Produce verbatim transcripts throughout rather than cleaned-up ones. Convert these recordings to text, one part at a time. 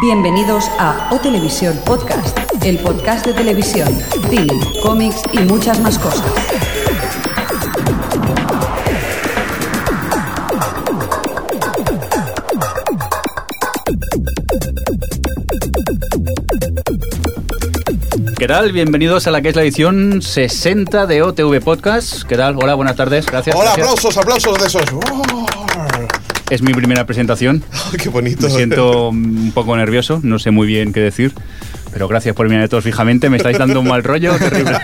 Bienvenidos a O Televisión Podcast, el podcast de televisión, cine, cómics y muchas más cosas. ¿Qué tal? Bienvenidos a la que es la edición sesenta de O T V Podcast. ¿Qué tal? Hola, buenas tardes. Gracias. Hola, gracias. aplausos, aplausos de esos. Oh. Es mi primera presentación. Oh, qué bonito. Me siento un poco nervioso, no sé muy bien qué decir. Pero gracias por mirar todos fijamente, me estáis dando un mal rollo terrible.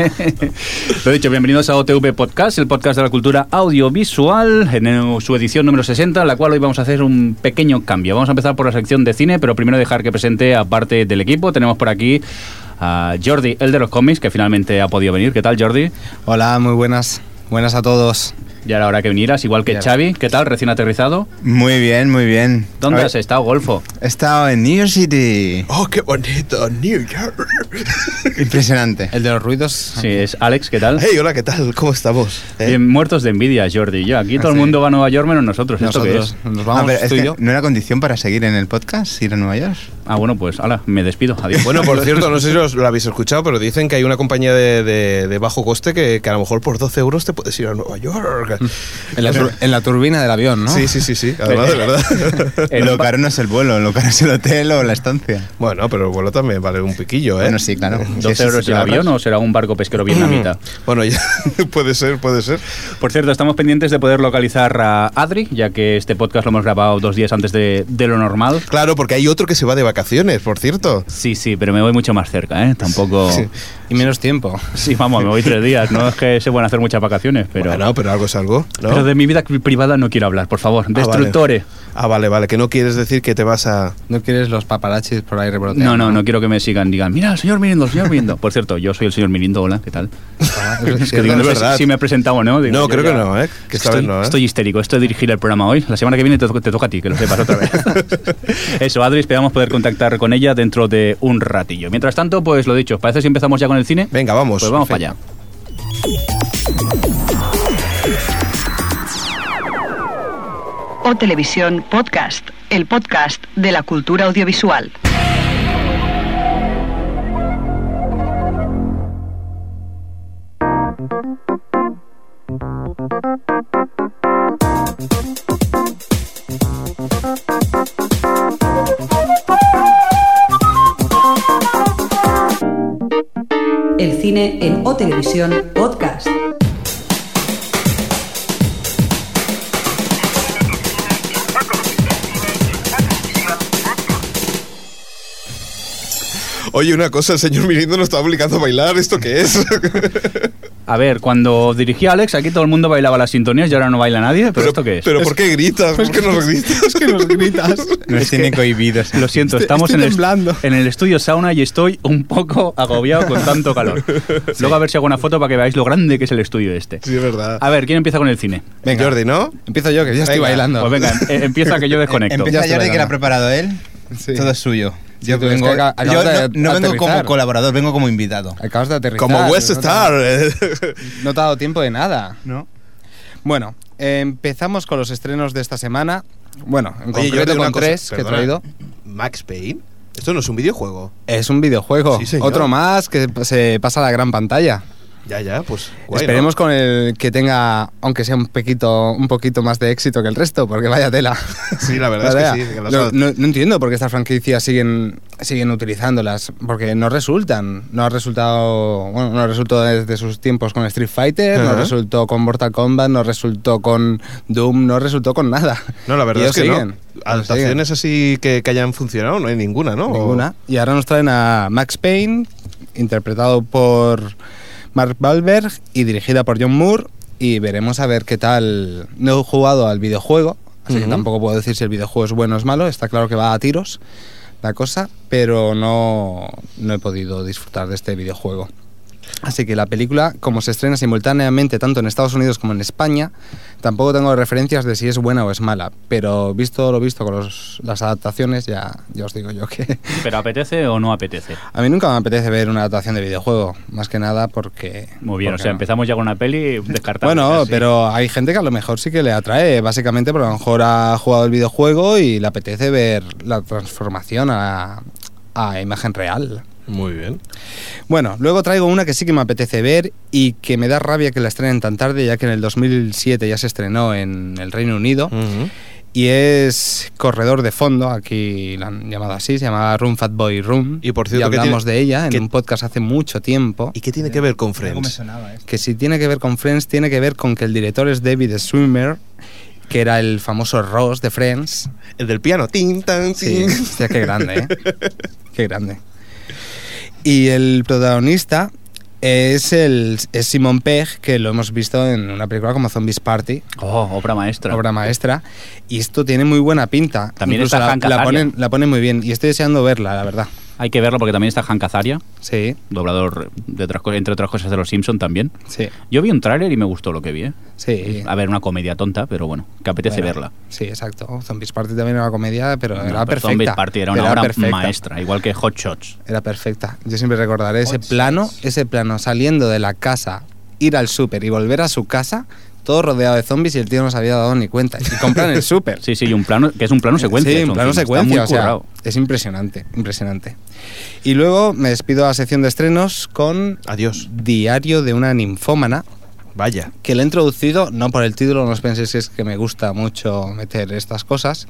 Lo dicho, bienvenidos a O T V Podcast, el podcast de la cultura audiovisual, en su edición número sesenta, en la cual hoy vamos a hacer un pequeño cambio. Vamos a empezar por la sección de cine, pero primero dejar que presente a parte del equipo. Tenemos por aquí a Jordi, el de los cómics, que finalmente ha podido venir. ¿Qué tal, Jordi? Hola, muy buenas. Buenas a todos. Ya era hora que vinieras, igual que Xavi. ¿Qué tal? ¿Recién aterrizado? Muy bien, muy bien. ¿Dónde has estado, Golfo? He estado en New York City. Oh, qué bonito, New York. Impresionante. El de los ruidos. Sí, es Alex, ¿qué tal? Hey, hola, ¿qué tal? ¿Cómo estamos? ¿Eh? Bien, muertos de envidia, Jordi. Yo, aquí todo ¿Ah, el sí? mundo va a Nueva York menos nosotros. ¿Esto Nosotros qué es? nos vamos Ah, pero es tú y que yo. ¿no era condición para seguir en el podcast ir a Nueva York? Ah, bueno, pues, ala, me despido. Adiós. Bueno, por cierto, no sé si os lo habéis escuchado, pero dicen que hay una compañía de, de, de bajo coste que, que a lo mejor por doce euros te puedes ir a Nueva York. En la, tur- en la turbina del avión, ¿no? Sí, sí, sí, sí, además, de verdad. El Lo pa- caro no es el vuelo, lo caro es el hotel o la estancia. Bueno, pero el vuelo también vale un piquillo, ¿eh? Bueno, sí, claro. ¿doce Sí, sí, euros sí, el sí, avión ahorras. o será un barco pesquero vietnamita? Bueno, ya, puede ser, puede ser. Por cierto, estamos pendientes de poder localizar a Adri, ya que este podcast lo hemos grabado dos días antes de, de lo normal. Claro, porque hay otro que se va de vacaciones, por cierto. Sí, sí, pero me voy mucho más cerca, ¿eh? Tampoco... Sí. Y menos tiempo. Sí, vamos, me voy tres días. No es que se puedan hacer muchas vacaciones, pero... Bueno, pero algo es algo, ¿no? Pero de mi vida privada no quiero hablar, por favor. vale. Destructore. Ah, vale, vale, que no quieres decir que te vas a... ¿No quieres los paparachis por ahí revoloteando? No, no, no quiero que me sigan. Digan, mira, el señor Mirindo, el señor Mirindo. Por cierto, yo soy el señor Mirindo, hola, ¿qué tal? Ah, es Es que digo, es no sé verdad. si, si me he presentado o no. Digo, No, yo creo ya- que no, ¿eh? Que esta estoy, vez no, ¿eh? estoy histérico, esto de dirigir el programa hoy. La semana que viene te, to- te toca a ti, que lo sepas otra vez. Eso, Adri, esperamos poder contactar con ella dentro de un ratillo. Mientras tanto, pues lo dicho, ¿os parece si empezamos ya con el cine? Venga, vamos. Pues vamos para allá. O Televisión Podcast, el podcast de la cultura audiovisual. El cine en O Televisión Podcast. Oye, una cosa, el señor Mirindo nos está obligando a bailar. ¿Esto qué es? A ver, cuando dirigí a Alex, aquí todo el mundo bailaba las sintonías y ahora no baila nadie. ¿Pero, esto qué es? ¿Pero por qué gritas? ¿Por qué nos gritas? Es que nos gritas. Nos tiene cohibidos. Lo siento, Estoy- estamos estoy en, el, temblando. en el estudio sauna y estoy un poco agobiado con tanto calor. Luego a ver si hago una foto para que veáis lo grande que es el estudio este. Sí, es verdad. A ver, ¿quién empieza con el cine? Venga. Jordi, ¿no? Empiezo yo, que ya estoy Venga. bailando. Pues venga, em- empieza que yo desconecto. Empieza Ya estoy Jordi, que lo ha bailando. preparado él. Sí. Todo es suyo. Sí, Yo, pero es vengo, que acabas yo de no, no vengo como aterrizar. colaborador, vengo como invitado. Acabas de aterrizar. Como West no te- Star. eh. No te ha dado tiempo de nada. ¿No? Bueno, eh, empezamos con los estrenos de esta semana. Bueno, en Oye, concreto Jordi, una con cosa, tres que he perdona. traído. Max Payne. Esto no es un videojuego. Es un videojuego. Sí, señor. Otro más que se pasa a la gran pantalla. Ya, ya, pues. guay, Esperemos ¿no? con el que tenga, aunque sea un poquito, un poquito más de éxito que el resto, porque vaya tela. Sí, la verdad Vaya. es que sí. que las- no, no- no entiendo por qué estas franquicias siguen, siguen utilizándolas, porque no resultan. No ha resultado, bueno, no resultó desde sus tiempos con Street Fighter, no Ajá. resultó con Mortal Kombat, no resultó con Doom, no resultó con nada. No, la Y verdad es que ellos no. siguen, ellos Adaptaciones así que, que hayan funcionado, no hay ninguna, ¿no? Ninguna. Y ahora nos traen a Max Payne, interpretado por Mark Wahlberg y dirigida por John Moore. Y veremos a ver qué tal. No he jugado al videojuego, así que Ujú. tampoco puedo decir si el videojuego es bueno o es malo. Está claro que va a tiros la cosa, pero no, no he podido disfrutar de este videojuego. Así que la película, como se estrena simultáneamente tanto en Estados Unidos como en España, tampoco tengo referencias de si es buena o es mala, pero visto lo visto con los, las adaptaciones, ya, ya os digo yo que... ¿Pero apetece o no apetece? A mí nunca me apetece ver una adaptación de videojuego, más que nada porque... Muy bien, o porque sea, no. empezamos ya con una peli descartable. Bueno, casi. pero hay gente que a lo mejor sí que le atrae, básicamente porque a lo mejor ha jugado el videojuego y le apetece ver la transformación a, a imagen real. Muy bien. Bueno, luego traigo una que sí que me apetece ver y que me da rabia que la estrenen tan tarde, ya que en el dos mil siete ya se estrenó en el Reino Unido. Uh-huh. Y es Corredor de Fondo, aquí la han llamado así, se llama Run Fat Boy Run. Y por cierto, y ¿qué hablamos tiene- de ella en qué- un podcast hace mucho tiempo. ¿Y qué tiene que ver con Algo me Friends? sonaba esto. Que si tiene que ver con Friends, tiene que ver con que el director es David Schwimmer, que era el famoso Ross de Friends. El del piano. Tin, tan, Sí, tin. hostia, qué grande, ¿eh? Qué grande. Y el protagonista es, el, es Simon Pegg, que lo hemos visto en una película como Zombies Party, Oh, obra maestra. obra maestra, y esto tiene muy buena pinta. También Incluso está la, Hank la, Azaria. ponen, la ponen muy bien, y estoy deseando verla, la verdad. Hay que verlo porque también está Hank Azaria, Sí, doblador, de otras cosas, entre otras cosas, de Los Simpson también. sí, Yo vi un tráiler y me gustó lo que vi, ¿eh? sí. A ver, una comedia tonta, pero bueno, que apetece Bueno, verla. Sí, exacto. Zombies Party también era una comedia, pero No, era pero perfecta. Zombie Party era una Era obra perfecta. maestra, igual que Hot Shots. Era perfecta. Yo siempre recordaré ese Hot plano, shots. ese plano saliendo de la casa, ir al súper y volver a su casa, todo rodeado de zombies y el tío no se había dado ni cuenta. Y compran el súper. Sí, sí, y un plano, que es un plano secuencia. Sí, eso un plano encima, secuencia, Está o muy sea, currado. es impresionante, impresionante. Y luego me despido a la sección de estrenos con Adiós. Diario de una ninfómana, Vaya. que le he introducido, no por el título, no os penséis que es que me gusta mucho meter estas cosas,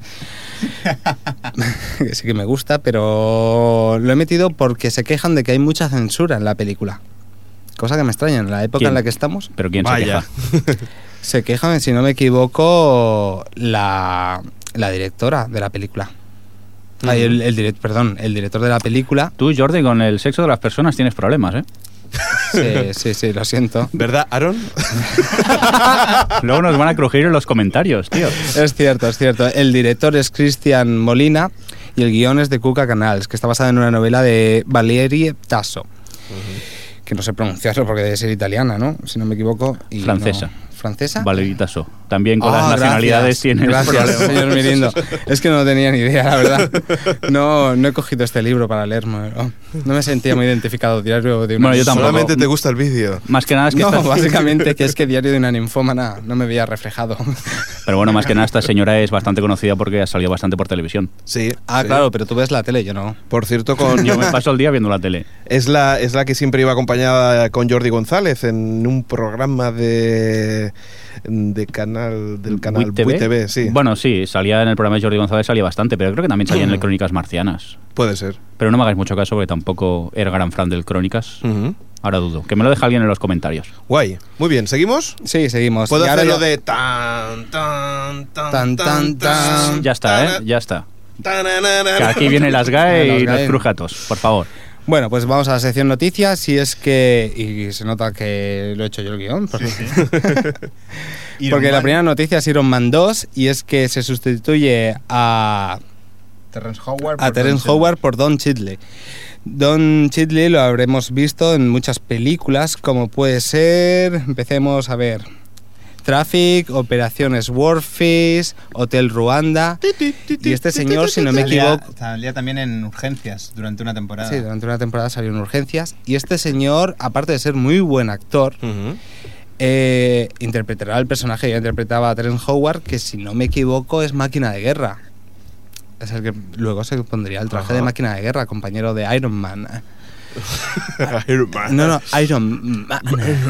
que sí que me gusta, pero lo he metido porque se quejan de que hay mucha censura en la película. Cosa que me extraña, en la época ¿Quién? en la que estamos, Pero ¿quién Vaya. se queja? se quejan, si no me equivoco, la, la directora de la película. Ay, el, el direct, perdón, el director de la película. Tú, Jordi, con el sexo de las personas tienes problemas, ¿eh? Sí, sí, sí, lo siento. ¿Verdad, Aaron? Luego nos van a crujir en los comentarios, tío. Es cierto, es cierto. El director es Cristian Molina y el guión es de Cuca Canals, que está basada en una novela de Valerie Tasso. Que no sé pronunciarlo porque debe ser italiana, ¿no? Si no me equivoco. Y Francesa. no- ¿Francesa? Valerita So. También con Ah, las nacionalidades gracias. tienes Gracias, problemas. señor Mirindo. Es que no tenía ni idea, la verdad. No, no he cogido este libro para leerme. No, no me sentía muy identificado. Diario de una Bueno, yo tampoco. Solamente te gusta el vídeo. Más que nada es que No, esta- básicamente que es que Diario de una ninfómana no me veía reflejado. Pero bueno, más que nada esta señora es bastante conocida porque ha salido bastante por televisión. Sí. Ah, sí. claro, pero tú ves la tele, yo no. Por cierto, con Yo me paso el día viendo la tele. es la es la que siempre iba acompañada con Jordi González en un programa de de canal del canal Buit T V. Buit T V, sí. Bueno, sí, salía en el programa de Jordi González, salía bastante, pero creo que también salía en el Crónicas Marcianas. Puede ser. Pero no me hagáis mucho caso porque tampoco era gran fan del Crónicas. Ujú. Ahora dudo. Que me lo deja alguien en los comentarios. Guay. Muy bien, ¿seguimos? Sí, seguimos. Puedo Y ahora hacer lo ya- de tan tan tan Tan, tan, tan. Ya está, ¿eh? Ya está. Tananana. Que aquí viene las GAE Las y nos GAE. cruja a todos, por favor. Bueno, pues vamos a la sección noticias y es que... Y se nota que lo he hecho yo el guión. Porque, porque la primera noticia es Iron Man dos y es que se sustituye a, Terrence Howard. a por Terence Don Howard por Don Cheadle. Don Cheadle lo habremos visto en muchas películas, como puede ser... Empecemos a ver... Traffic, Operaciones Warfish, Hotel Ruanda... Y este señor, si no me Salía- equivoco... Salía también en Urgencias durante una temporada. Sí, durante una temporada salió en Urgencias. Y este señor, aparte de ser muy buen actor, Ujú. eh, interpretará el personaje que interpretaba a Terence Howard, que si no me equivoco es Máquina de Guerra. Es el que luego se pondría el traje Ajá. de Máquina de Guerra, compañero de Iron Man. Iron Man. No, no, Iron Man.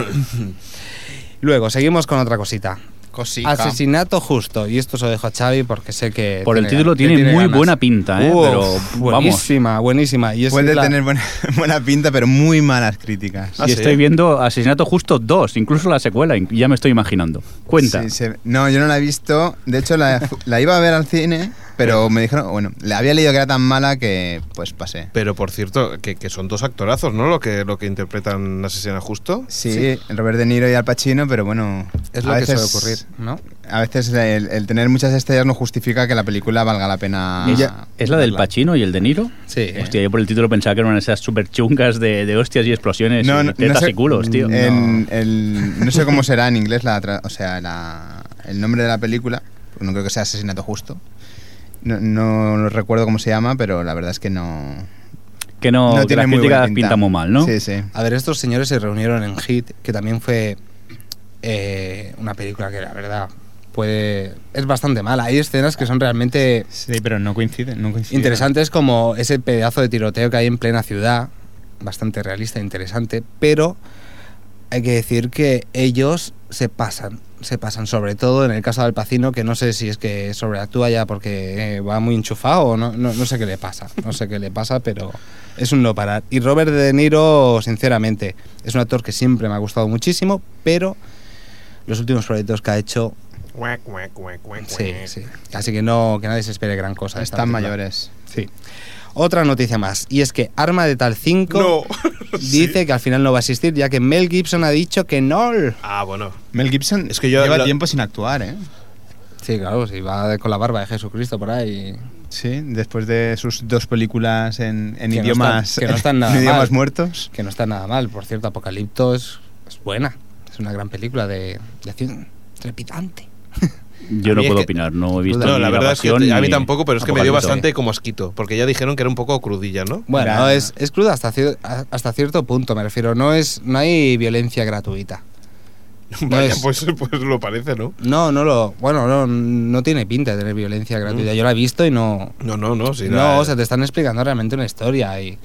Luego, seguimos con otra cosita. Cosica. Asesinato justo. Y esto se lo dejo a Xavi porque sé que... Por el tiene- título que tiene muy ganas. buena pinta, ¿eh? Uf, Pero vamos. buenísima, buenísima. Y es Puede la- tener buena, buena pinta, pero muy malas críticas. Ah, Y ¿sí? estoy viendo Asesinato Justo dos, incluso la secuela, y ya me estoy imaginando. Cuenta. Sí, se- no, yo no la he visto. De hecho, la, la iba a ver al cine, pero me dijeron, bueno, le había leído que era tan mala que pues pasé. Pero por cierto, que, que son dos actorazos, ¿no? Lo que, lo que interpretan Asesina Justo. Sí, Robert De Niro y Al Pacino, pero bueno. Es a lo que veces suele ocurrir, ¿no? a veces el, el tener muchas estrellas no justifica que la película valga la pena. ¿Es, verla. ¿Es la del Pacino y el De Niro? Sí. Hostia, yo por el título pensaba que eran esas super chungas de, de hostias y explosiones No, y no, tetas no sé, y culos, tío. En, el, no sé cómo será en inglés la, tra- o sea, la, el nombre de la película, porque no creo que sea Asesinato Justo. No, no recuerdo cómo se llama, pero la verdad es que no. Que no, no que tiene las muy buena críticas pinta. pintan muy mal, ¿no? Sí, sí. A ver, estos señores se reunieron en Hit, que también fue eh, una película que la verdad puede es bastante mala. Hay escenas que son realmente Sí, pero no coinciden, no coinciden. interesantes, como ese pedazo de tiroteo que hay en plena ciudad, bastante realista e interesante, pero hay que decir que ellos se pasan, se pasan, sobre todo en el caso de Al Pacino, que no sé si es que sobreactúa ya porque eh, va muy enchufado o no, no, no sé qué le pasa, no sé qué le pasa, pero es un no parar. Y Robert De Niro, sinceramente, es un actor que siempre me ha gustado muchísimo, pero los últimos proyectos que ha hecho, Cuac, cuac, cuac, cuac, sí, cuac. sí. Así que no, que nadie se espere gran cosa de esta Están película. mayores. Sí. Otra noticia más, y es que Arma de Tal cinco No. dice que al final no va a existir, ya que Mel Gibson ha dicho que no. Ah, bueno. Mel Gibson Es que yo lleva lo- tiempo sin actuar, ¿eh? Sí, claro, si va de- con la barba de Jesucristo por ahí. Sí, después de sus dos películas en, en Que no idiomas, están- que no están nada en idiomas mal. muertos. Que no está nada mal, por cierto, Apocalipto es, es buena, es una gran película de, de acción trepidante. Yo A no mí es puedo que- opinar, no he visto No, ni la verdad es que Pasión a mí ni tampoco, pero es que me dio Apocalipto. bastante como asquito, porque ya dijeron que era un poco crudilla, ¿no? Bueno, Era- es, es cruda hasta, cier- hasta cierto punto, me refiero, no es no hay violencia gratuita. No Vaya, es- pues, pues lo parece, ¿no? No, no lo, bueno, no, no tiene pinta de tener violencia gratuita. Yo la he visto y no, No, no, no. Sí, no, la- o sea, te están explicando realmente una historia y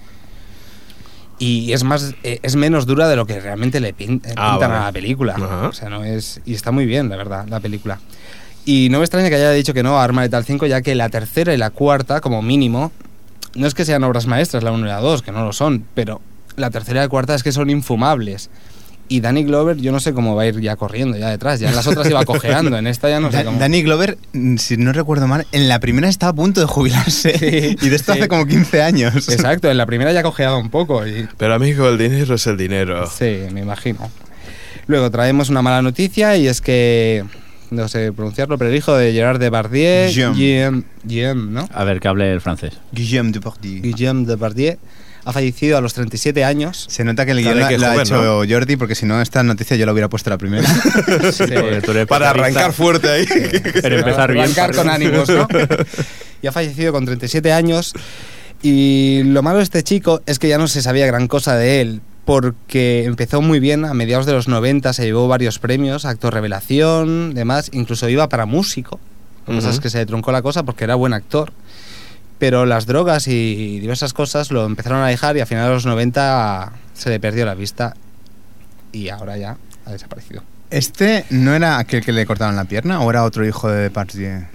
y es más eh, es menos dura de lo que realmente le pin- eh, Ah, pintan vale. a la película. Ajá. O sea, no es y está muy bien, la verdad, la película. Y no me extraña que haya dicho que no a Arma de Tal cinco, ya que la tercera y la cuarta, como mínimo, no es que sean obras maestras la uno y la dos, que no lo son, pero la tercera y la cuarta es que son infumables. Y Danny Glover, yo no sé cómo va a ir ya corriendo ya detrás. Ya en las otras iba cojeando, en esta ya no sé Da- cómo. Danny Glover, mm, si no recuerdo mal, en la primera estaba a punto de jubilarse. Sí, y de esto sí. hace como quince años. Exacto, en la primera ya cojeaba un poco. Y, Pero amigo, el dinero es el dinero. sí, me imagino. Luego traemos una mala noticia y es que, no sé pronunciarlo, pero el hijo de Gerard Depardieu, Guillaume. Guillaume, Guillaume, ¿no? A ver, que hable el francés. Guillaume Depardieu. Guillaume Depardieu ha fallecido a los treinta y siete años. Se nota que el Caray, guión qué lo ha joven, hecho Jordi, porque si no, esta noticia yo la hubiera puesto la primera. Sí. Joder, tú eres Para pizarrista, arrancar fuerte ahí. Pero empezar bien. Arrancar con ánimos, ¿no? Y ha fallecido con treinta y siete años. Y lo malo de este chico es que ya no se sabía gran cosa de él, porque empezó muy bien a mediados de los noventa, se llevó varios premios, actor revelación, demás, incluso iba para músico. Lo que pasa Ujú. es que se le truncó la cosa porque era buen actor. Pero las drogas y diversas cosas lo empezaron a dejar y a finales de los noventa se le perdió la vista y ahora ya ha desaparecido. ¿Este no era aquel que le cortaban la pierna o era otro hijo de Depardieu?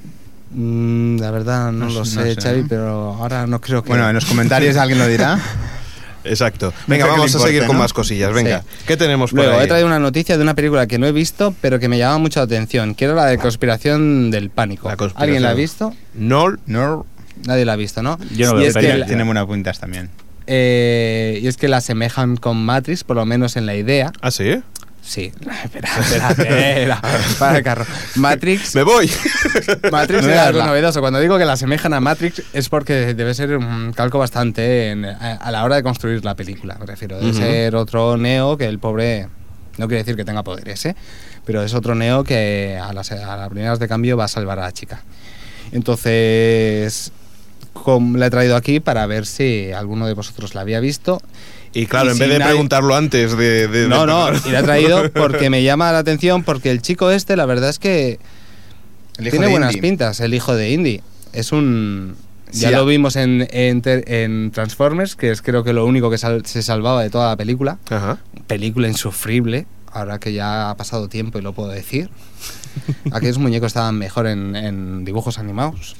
Mm, la verdad no, No lo sé, sé, no sé, Xavi, ¿no? pero ahora no creo que... Bueno, en los comentarios alguien lo dirá. Exacto. No Venga, creo que vamos le a seguir importe, con ¿no? más cosillas. Venga, Sí. ¿qué tenemos por Luego ahí? he traído una noticia de una película que no he visto, pero que me llama mucho la atención, que era la de Conspiración del Pánico. La conspiración. ¿Alguien la ha visto? No, No, Nadie la ha visto, ¿no? Yo no y veo es que pelis. la- tiene buenas puntas también. eh, y es que la asemejan con Matrix, por lo menos en la idea. ¿Ah, sí? Sí, espera, espera, espera, para el carro. Matrix, Me voy. Matrix No es veas algo la- novedoso. Cuando digo que la asemejan a Matrix es porque debe ser un calco bastante en- a, a la hora de construir la película, me refiero. Debe Ujú. ser otro Neo que el pobre, no quiere decir que tenga poderes, ¿eh? Pero es otro Neo que a las, a las primeras de cambio va a salvar a la chica. Entonces, com- la he traído aquí para ver si alguno de vosotros la había visto. Y claro, Y en si vez de nadie- preguntarlo antes de... de- No, de- no, y la he traído porque me llama la atención, porque el chico este, la verdad es que El hijo tiene de buenas Indy. pintas, el hijo de Indy. Es un... Sí, Ya ya. lo vimos en, en, ter- en Transformers, que es creo que lo único que sal- se salvaba de toda la película. Ajá. Película insufrible, ahora que ya ha pasado tiempo y lo puedo decir. Aquellos muñecos estaban mejor en, en dibujos animados.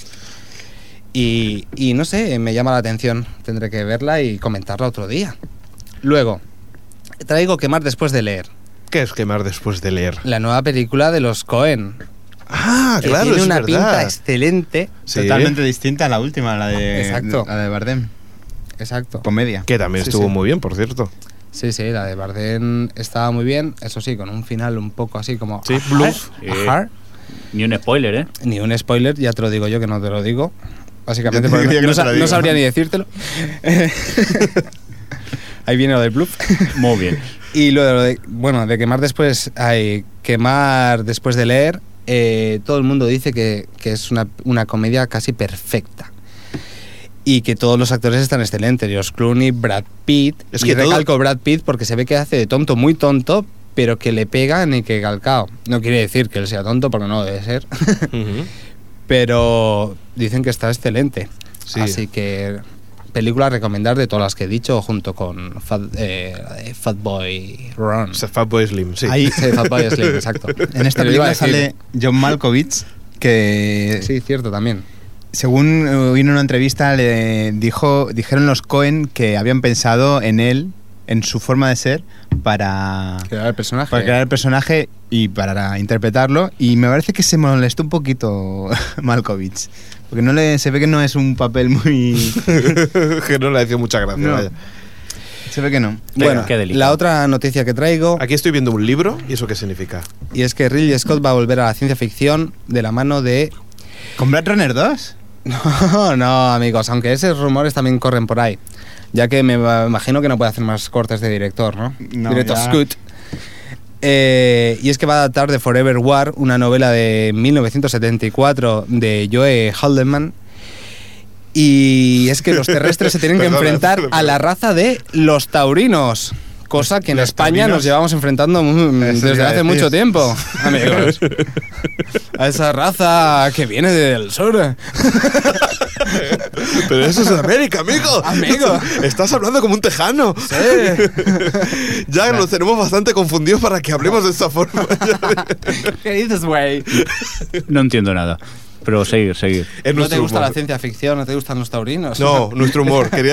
Y, y no sé, me llama la atención. Tendré que verla y comentarla otro día. Luego, traigo Quemar después de leer. ¿Qué es quemar después de leer? La nueva película de los Cohen. Ah, que claro, tiene es una verdad. pinta excelente. Sí. Totalmente distinta a la última, la de, Exacto. la de Bardem. Exacto. Comedia. Que también Sí, estuvo sí. muy bien, por cierto. Sí, sí, la de Bardem estaba muy bien. Eso sí, con un final un poco así como... Sí, ajá, blues. ajá. Ni un spoiler, ¿eh? Ni un spoiler, ya te lo digo yo que no te lo digo. Básicamente Yo te porque digo que no, no te sa- lo no digo. sabría ni decírtelo. Ahí viene lo del bluff. Muy bien. Y lo de, lo de- bueno, de quemar después, hay quemar después de leer, eh, todo el mundo dice que, que es una, una comedia casi perfecta. Y que todos los actores están excelentes. George Clooney, Brad Pitt. Es y que todo- recalco Brad Pitt porque se ve que hace de tonto muy tonto, pero que le pegan y que calcao. No quiere decir que él sea tonto, porque no debe ser. Ujú. Pero dicen que está excelente. Sí. Así que película a recomendar de todas las que he dicho, junto con Fat, eh, la de Fatboy Run. O sea, Fatboy Slim, sí. Ahí, Sí, Fatboy Slim, exacto. en esta Pero iba a película decir- sale John Malkovich, que Sí, cierto, también. según eh, vi en una entrevista, le dijo, dijeron los Coen que habían pensado en él, en su forma de ser, para, Crear el personaje. para crear el personaje y para interpretarlo. Y me parece que se molestó un poquito Malkovich. Porque no le, se ve que no es un papel muy... Que no le ha hecho mucha gracia, No. vaya. Se ve que no. Bueno, Qué delicado. la otra noticia que traigo, Aquí estoy viendo un libro, ¿y eso qué significa? y es que Ridley Scott va a volver a la ciencia ficción de la mano de... ¿Con Blade Runner dos? No, no, amigos, aunque esos rumores también corren por ahí. Ya que me va- imagino que no puede hacer más cortes de director, ¿no? No, Director ya. Scott. Eh, y es que va a adaptar de Forever War, una novela de mil novecientos setenta y cuatro de Joe Haldeman. Y es que los terrestres se tienen que Perdona, enfrentar perdona. a la raza de los taurinos. Cosa que en Los España taurinos. nos llevamos enfrentando mm, Eso desde iba a hace decir. mucho tiempo, amigos. A esa raza que viene del sur. Pero eso es América, amigo. Amigo. Estás hablando como un tejano. Sí. Ya nos tenemos bastante confundidos para que hablemos de esta forma. ¿Qué dices, güey? No entiendo nada. Pero seguir, seguir. Es ¿No te nuestro gusta humor. la ciencia ficción? ¿No te gustan los taurinos? No, nuestro humor. Quería...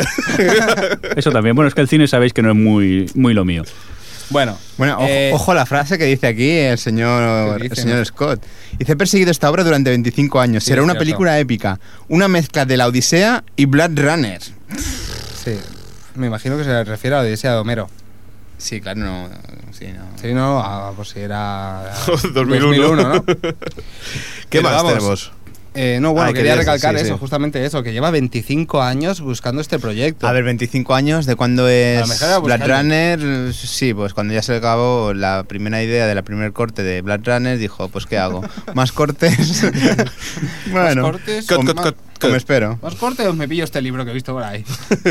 Eso también. Bueno, es que el cine sabéis que no es muy, muy lo mío. Bueno, Bueno, ojo, eh, ojo a la frase que dice aquí el señor, ¿Qué el dice? señor Scott. Dice, he perseguido esta obra durante veinticinco años. Sí, Será es una cierto. película épica. Una mezcla de la Odisea y Blade Runner. sí. Me imagino que se refiere a la Odisea de Homero. Sí, claro, no. Sí, no. Sí, no, ah, pues si era dos mil uno. ¿no? ¿Qué Pero más vamos, tenemos? Eh, no, bueno, Ah, quería querías- recalcar sí, eso, sí. justamente eso, que lleva veinticinco años buscando este proyecto. A ver, veinticinco años, ¿de cuándo A es lo mejor era Blade buscando. Runner? Sí, pues cuando ya se acabó la primera idea de la primer corte de Blade Runner, dijo, pues ¿qué hago? ¿Más cortes? bueno, ¿Más cortes? Cut, cut, Más- cut, como cut. espero. ¿Más corte o me pillo este libro que he visto por ahí?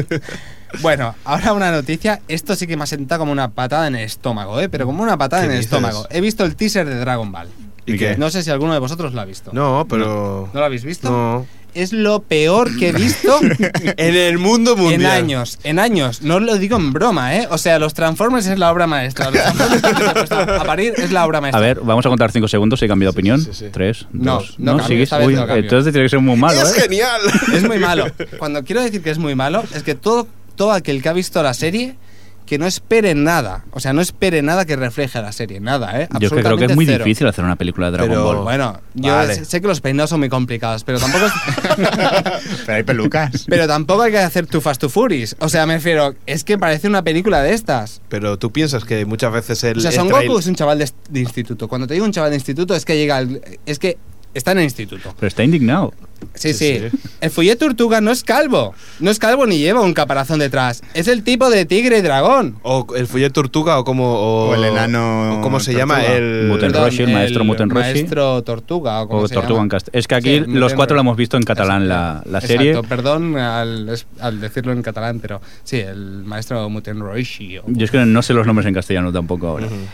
Bueno, ahora una noticia. Esto sí que me ha sentado como una patada en el estómago, ¿eh? Pero como una patada ¿Qué en el dices? estómago. He visto el teaser de Dragon Ball. ¿Y qué? No sé si alguno de vosotros lo ha visto. No, pero... ¿No lo habéis visto? No. Es lo peor que he visto En el mundo mundial. en años. En años. No lo digo en broma, ¿eh? O sea, los Transformers es la obra maestra. Los Transformers que se ha puesto a parir es la obra A maestra. ver, vamos a contar cinco segundos si he cambiado de opinión. sí, sí. Tres, No, dos. no cambio, ¿Sigues? esta vez Uy, no cambio. entonces tiene que ser muy malo, ¡Es ¿eh? genial! Es muy malo. Cuando quiero decir que es muy malo, es que todo, todo aquel que ha visto la serie, que no espere nada. O sea, no espere nada que refleje a la serie. Nada, ¿eh? Yo es que creo que es Absolutamente muy cero. difícil hacer una película de Dragon Pero- Ball. Bueno, yo Vale. sé sé que los peinados son muy complicados, pero tampoco es- Pero hay pelucas. pero tampoco hay que hacer Too Fast to Furious. O sea, me refiero, es que parece una película de estas. Pero tú piensas que muchas veces el... O sea, el Son trail- Goku es un chaval de, de instituto. Cuando te digo un chaval de instituto es que llega al- es que está en el instituto. Pero está indignado. Sí, Sí, sí, sí. El Follet Tortuga no es calvo. No es calvo ni lleva un caparazón detrás. Es el tipo de tigre y dragón. O el follet tortuga o como... O, O el enano o ¿cómo se tortuga. llama? El... Muten Perdón, Roshi, el maestro Muten Roshi. Maestro Tortuga o como O se Tortuga en llama. castellano. Es que aquí Sí, los Muten cuatro lo Roshi. hemos visto en catalán la, la Exacto, serie. perdón al, es- al decirlo en catalán, pero sí, el maestro Muten Roshi. o- Yo es que no sé los nombres en castellano tampoco ahora. Ujú.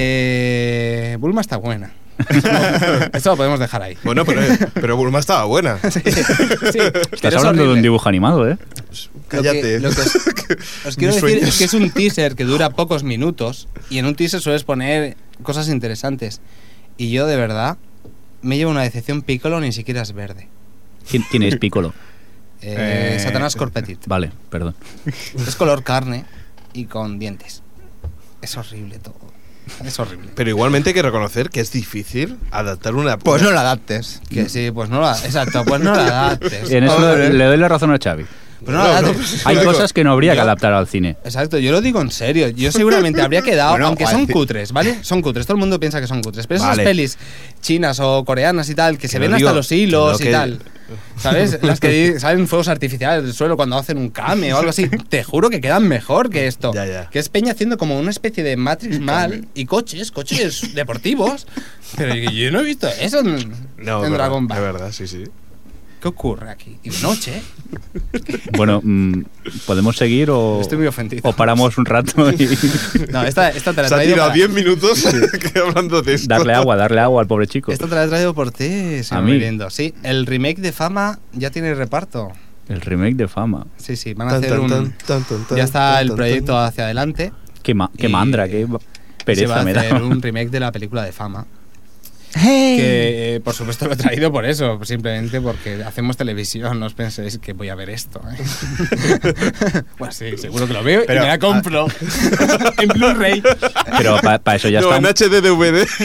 Eh, Bulma está buena. Esto lo podemos dejar ahí. Bueno, pero, pero Bulma estaba buena. Sí, sí, Estás pero es hablando de un horrible. dibujo animado, ¿eh? Cállate. Lo que, lo que os, os quiero Mis decir sueños. es que es un teaser que dura pocos minutos y en un teaser sueles poner cosas interesantes. Y yo, de verdad, me llevo una decepción. Piccolo ni siquiera es verde. ¿Quién, quién es Piccolo? Eh, Eh, Satanás Corpetit. Vale, perdón. Es color carne y con dientes. Es horrible todo. Es horrible. Pero igualmente hay que reconocer que es difícil adaptar una... Pues no la adaptes. Que sí, pues no la... Exacto, pues no la adaptes. En eso Hombre. le doy la razón a Xavi. Pues no, No, la no, adapten. pues- Hay Digo, cosas que no habría que yo- adaptar al cine. Exacto, yo lo digo en serio. Yo seguramente habría quedado, Bueno, aunque o son al ci- cutres, ¿vale? Son cutres, todo el mundo piensa que son cutres. Pero esas Vale. pelis chinas o coreanas y tal, que, se no ven digo- hasta los hilos que y no, que- tal. ¿Sabes? Las que di- salen fuegos artificiales del suelo cuando hacen un kame o algo así. Te juro que quedan mejor que esto. Ya, ya. Que es Peña haciendo como una especie de Matrix mal y coches, coches deportivos. Pero yo no he visto eso en, No, en es verdad, Dragon es Ball. verdad, sí, sí. ¿Qué ocurre aquí? Y de noche, ¿eh? Bueno, mm, ¿podemos seguir o, Estoy muy ofendido. o paramos un rato y No, esta, esta te la he Se ha traído tirado para- diez minutos que hablando de esto. darle agua, darle agua al pobre chico? Esto te la he traído por ti, A señor mí. Mirindo. Sí, el remake de Fama ya tiene reparto. El remake de Fama. Sí, sí, van a Tan, hacer tan, un... tan, tan, tan, tan, Ya está tan, el tan, proyecto tan. hacia adelante. Qué, ma- qué Y mandra, qué Se va pereza a me da. hacer un remake de la película de Fama. Que, eh, por supuesto, lo he traído por eso. Simplemente porque hacemos televisión. No os penséis que voy a ver esto. ¿eh? Bueno, sí, seguro que lo veo Pero, y me la compro. En Blu-ray. Pero para eso ya No, está. en H D D V D.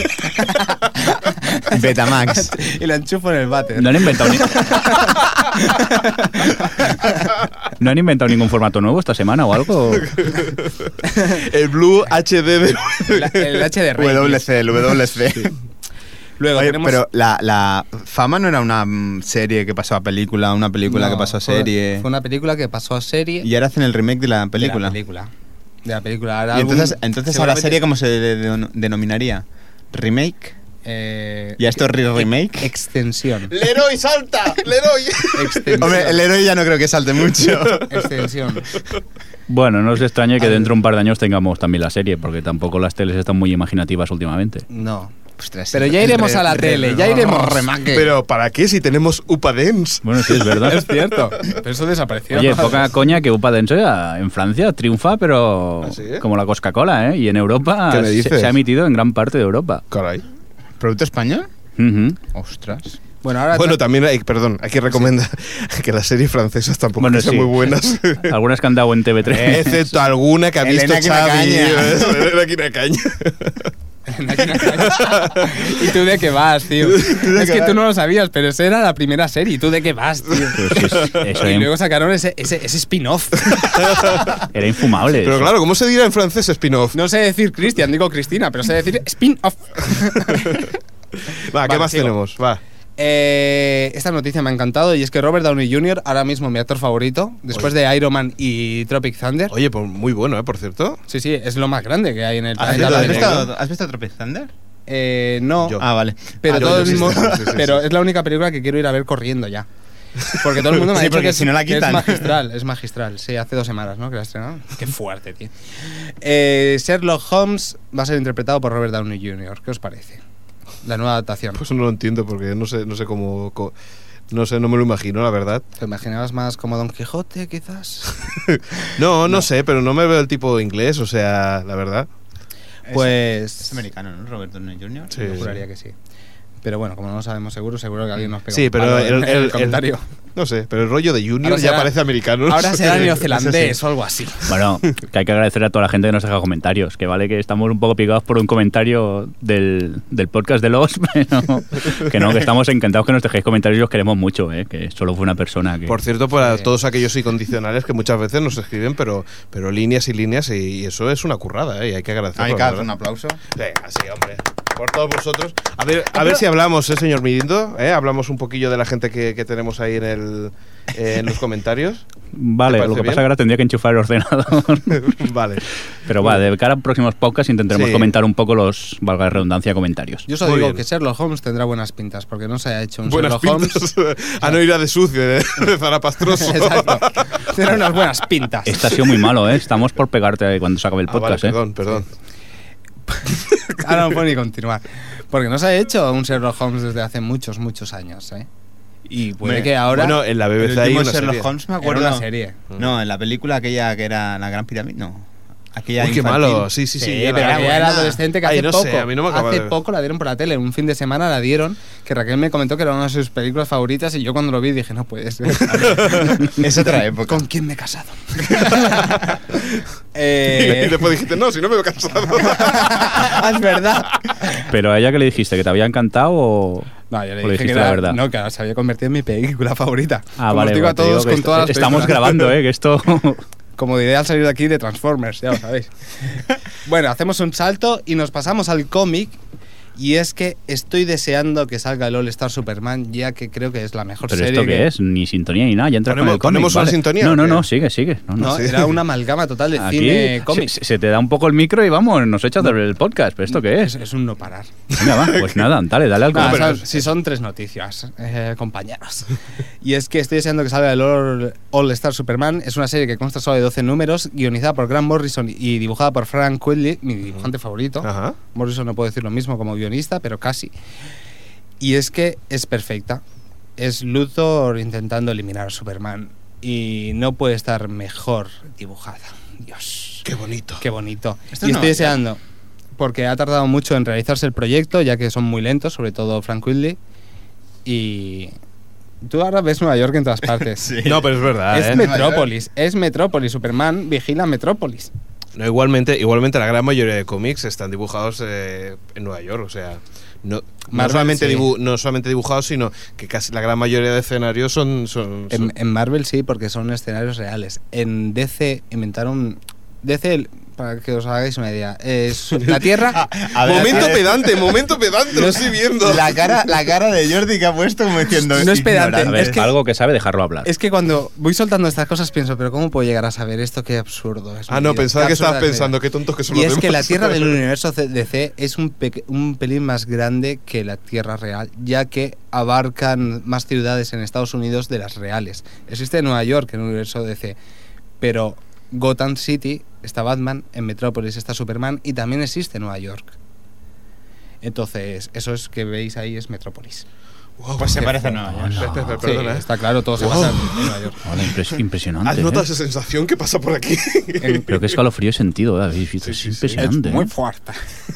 Betamax. Y la enchufo en el váter. No han inventado ni- ¿No han inventado ningún formato nuevo esta semana o algo? El Blue H D D. La- el H D R. W C, el W C. Luego Oye, tenemos... pero la, la Fama no era una mm, serie que pasó a película, una película No, que pasó a fue- serie. Fue una película que pasó a serie. Y ahora hacen el remake de la película. De la película. De la película. Ahora Y algún- entonces, entonces a la seguramente- serie, ¿cómo se de- de- denominaría? ¿Remake? Eh, ¿Y a esto re- remake? Extensión. ¡Leroy, salta! ¡Leroy! Extensión. Hombre, el héroe ya no creo que salte mucho. Extensión. Bueno, no os extrañe que Al- dentro de un par de años tengamos también la serie, porque tampoco las teles están muy imaginativas últimamente. No. Ostras, Pero ya el iremos re- a la re- tele, ya iremos. Remake. Pero ¿para qué si tenemos Upadens? Bueno, sí, es verdad. Es cierto. Pero eso desapareció. Oye, poca coña que Upa Dance en Francia triunfa, pero ¿Ah, sí? como la Coca-Cola, ¿eh? Y en Europa ¿Qué me se, dices? se ha emitido en gran parte de Europa. Caray. ¿Producto español? Ujú. Ostras. Bueno, ahora Bueno, también hay, perdón, hay que recomendar que las series francesas tampoco Bueno, que sean sí. muy buenas. Algunas que han dado en T V tres. Excepto alguna que ha visto Elena Xavi. Quinacaña. Elena Quinacaña. ¿Y tú de qué vas, tío? de Es qué que vas? tú no lo sabías, pero esa era la primera serie. ¿Y tú de qué vas, tío? Pero sí, es- eso Y era, luego sacaron ese, ese, ese spin-off. era infumable. Pero eso. claro, ¿cómo se dirá en francés spin-off? No sé decir Cristian, digo Cristina, pero sé decir spin-off. Va, ¿qué Vale, más sigo. tenemos? Va. Eh, esta noticia me ha encantado y es que Robert Downey junior, ahora mismo mi actor favorito, después de Iron Man y Tropic Thunder. Oye, pues muy bueno, ¿eh? Por cierto. Sí, sí, es lo más grande que hay en el ¿Has planeta. visto- ¿Has has Marvel. visto- visto, ¿Has visto Tropic Thunder? Eh, no, Yo. Ah, vale. pero, Ah, yo- todo yo el sí, mundo- sí, sí, sí, pero sí. es la única película que quiero ir a ver corriendo ya. Porque todo el mundo me ha Sí, dicho porque que, es, si no la que es quitan. magistral, es magistral. Sí, hace dos semanas, ¿no? Que la estrenaron. Qué fuerte, tío. Eh, Sherlock Holmes va a ser interpretado por Robert Downey junior ¿Qué os parece? La nueva adaptación. Pues no lo entiendo porque no sé, no sé cómo, co- no sé, no me lo imagino, la verdad. ¿Te imaginabas más como Don Quijote, quizás? No, no, sé, pero no me veo el tipo inglés, o sea, la verdad. Pues... Es americano, ¿no? Robert Downey junior Sí, Yo sí. juraría que sí. Pero bueno, como no lo sabemos seguro, seguro que alguien nos pega Sí, un pero palo el, en el- el- comentario. no sé, pero el rollo de Junior Ahora ya será- parece americano. ¿no? Ahora será Porque- neozelandés sí, sí. o algo así. Bueno, que hay que agradecer a toda la gente que nos deja comentarios. Que vale que estamos un poco picados por un comentario del, del podcast de los, pero que no, que estamos encantados que nos dejéis comentarios y os queremos mucho, ¿eh? Que solo fue una persona que... Por cierto, para Sí. todos aquellos incondicionales que muchas veces nos escriben, pero, pero líneas y líneas, y, y eso es una currada, ¿eh? Y hay que agradecerlo. Hay que la hacer un verdad. aplauso. Venga, sí, hombre. Por todos vosotros. A ver, a ver si hablamos, ¿eh, señor Mirindo? ¿Eh? Hablamos un poquillo de la gente que, que tenemos ahí en, el, eh, en los comentarios. Vale, ¿Te lo que parece pasa es bien? que ahora tendría que enchufar el ordenador. Vale. Pero va, de cara a próximos podcasts intentaremos Sí. comentar un poco los, valga la redundancia, comentarios. Yo solo Muy digo bien. que Sherlock Holmes tendrá buenas pintas, porque no se ha hecho un Buenas Sherlock pintas. Holmes. A no ir a de sucio, de, de zarapastroso. Exacto. Tendrá unas buenas pintas. Este ha sido muy malo, ¿eh? Estamos por pegarte cuando se acabe el Ah, vale, podcast, ¿eh? perdón, perdón. Ahora no puedo ni continuar. Porque no se ha hecho un Sherlock Holmes desde hace muchos, muchos años, ¿eh? Y puede Hombre, que ahora... Bueno, en la B B El C hay último una Sherlock serie. Holmes me era acuerdo. una serie. No, en la película aquella que era la Gran Pirámide. No. Aquella Uy, qué infantil. malo. Sí, sí, sí. Sí, ya pero la- aquella era adolescente que Ay, hace no poco, sé, a mí no me acaba hace de- poco la dieron por la tele, un fin de semana la dieron, que Raquel me comentó que era una de sus películas favoritas y yo cuando lo vi dije, no puede ser. Es otra época. ¿Con quién me he casado? Y eh, después dijiste, no, si no me veo cansado. es verdad. Pero a ella que le dijiste, que te había encantado o... No, yo le O le dije que dijiste era, la verdad. no, que se había convertido en mi película favorita. Ah, Como vale. os digo bueno, a te digo todos que con esto- todas las Estamos películas. grabando, ¿eh? Que esto... Como diré al salir de aquí de Transformers, ya lo sabéis. Bueno, hacemos un salto y nos pasamos al cómic. Y es que estoy deseando que salga el All Star Superman, ya que creo que es la mejor ¿Pero serie. esto qué que- es? Ni sintonía ni nada. Ya entra con ¿Ponemos- el cómic. ponemos una vale. sintonía No, o no, qué? no, sigue, sigue. No, no. No, sí. era una amalgama total de Aquí cine se, cómic. se- se te da un poco el micro y vamos, nos echas de ver el podcast. ¿Pero esto qué Es, es? es un no parar. Venga, va, pues nada, dale, dale al Ah, cómic. son- sí, son tres noticias, eh, compañeros. Y es que estoy deseando que salga el All, All Star Superman. Es una serie que consta solo de doce números, guionizada por Grant Morrison y dibujada por Frank Quitely, mi dibujante favorito. Ajá. Morrison no puedo decir lo mismo como guionista, pero casi. Y es que es perfecta. Es Luthor intentando eliminar a Superman. Y no puede estar mejor dibujada. Dios. Qué bonito. Qué bonito. Esto Y no, estoy ya. deseando, porque ha tardado mucho en realizarse el proyecto, ya que son muy lentos, sobre todo Frank Quitely. Y tú ahora ves Nueva York en todas partes. Sí. No, pero es verdad, Es ¿eh? Metrópolis, es Metrópolis. Superman vigila Metrópolis. No, igualmente, igualmente la gran mayoría de cómics están dibujados eh, en Nueva York, o sea, no, no, Marvel, solamente sí. dibu- no solamente dibujados, sino que casi la gran mayoría de escenarios son... son, son- En, en Marvel sí, porque son escenarios reales. En D C inventaron... D C, para que os hagáis una idea, es la Tierra... A ver, momento a ver. pedante, momento pedante, lo estoy viendo. La cara, la cara de Jordi que ha puesto como diciendo. No es pedante, A ignorante. ver, es que- algo que sabe, dejarlo hablar. Es que cuando voy soltando estas cosas pienso, pero ¿cómo puedo llegar a saber esto? Qué absurdo es. Ah, mi no, vida, pensaba qué que absurda estabas es mi pensando, vida. qué tontos que son Y los es que la demás. Tierra del universo D C es un, pe- un pelín más grande que la Tierra real, ya que abarcan más ciudades en Estados Unidos de las reales. Existe Nueva York en el universo D C, pero Gotham City está Batman, en Metrópolis está Superman y también existe Nueva York. Entonces, eso es que veis ahí es Metrópolis. Wow, Pues se qué- parece a Nueva York. Espera, espera, espera, Sí, perdona, ¿eh? está claro, todo se Wow. basa en Nueva York. Hola, impres- impresionante. ¿Has ¿eh? notado esa sensación que pasa por aquí? En- Pero qué escalofrío he sentido, ¿eh? Habéis visto, Sí, es sí, sí. impresionante. Es muy ¿eh? fuerte.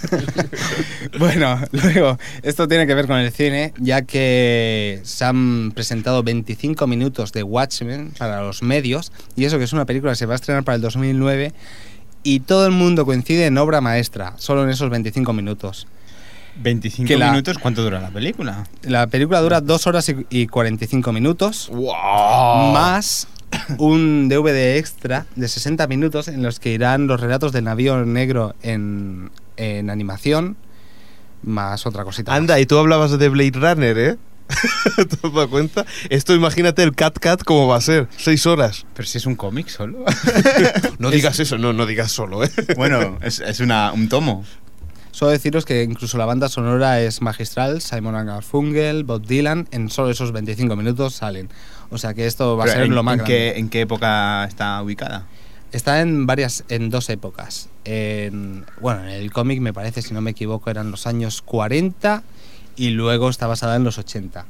Bueno, luego, esto tiene que ver con el cine, ya que se han presentado veinticinco minutos de Watchmen para los medios, y eso que es una película que se va a estrenar para el dos mil nueve, y todo el mundo coincide en obra maestra, solo en esos veinticinco minutos. veinticinco que la- minutos, ¿cuánto dura la película? La película dura dos horas y- y cuarenta y cinco minutos, ¡Wow! más un D V D extra de sesenta minutos en los que irán los relatos del navío negro en, en animación, más otra cosita. más. Anda, y tú hablabas de Blade Runner, ¿eh? ¿Te has dado cuenta? Esto imagínate el Cat Cat cómo va a ser, seis horas. Pero si es un cómic solo. No digas eso, no, no digas solo, ¿eh? Bueno, es, es una, un tomo. Solo deciros que incluso la banda sonora es magistral. Simon and Garfunkel, Bob Dylan, en solo esos veinticinco minutos salen. O sea que esto va a Pero ser ¿en, lo más en grande. qué, ¿En qué época está ubicada? Está en varias, en dos épocas. En, bueno, en el cómic me parece, si no me equivoco, eran los años cuarenta y luego está basada en los ochenta.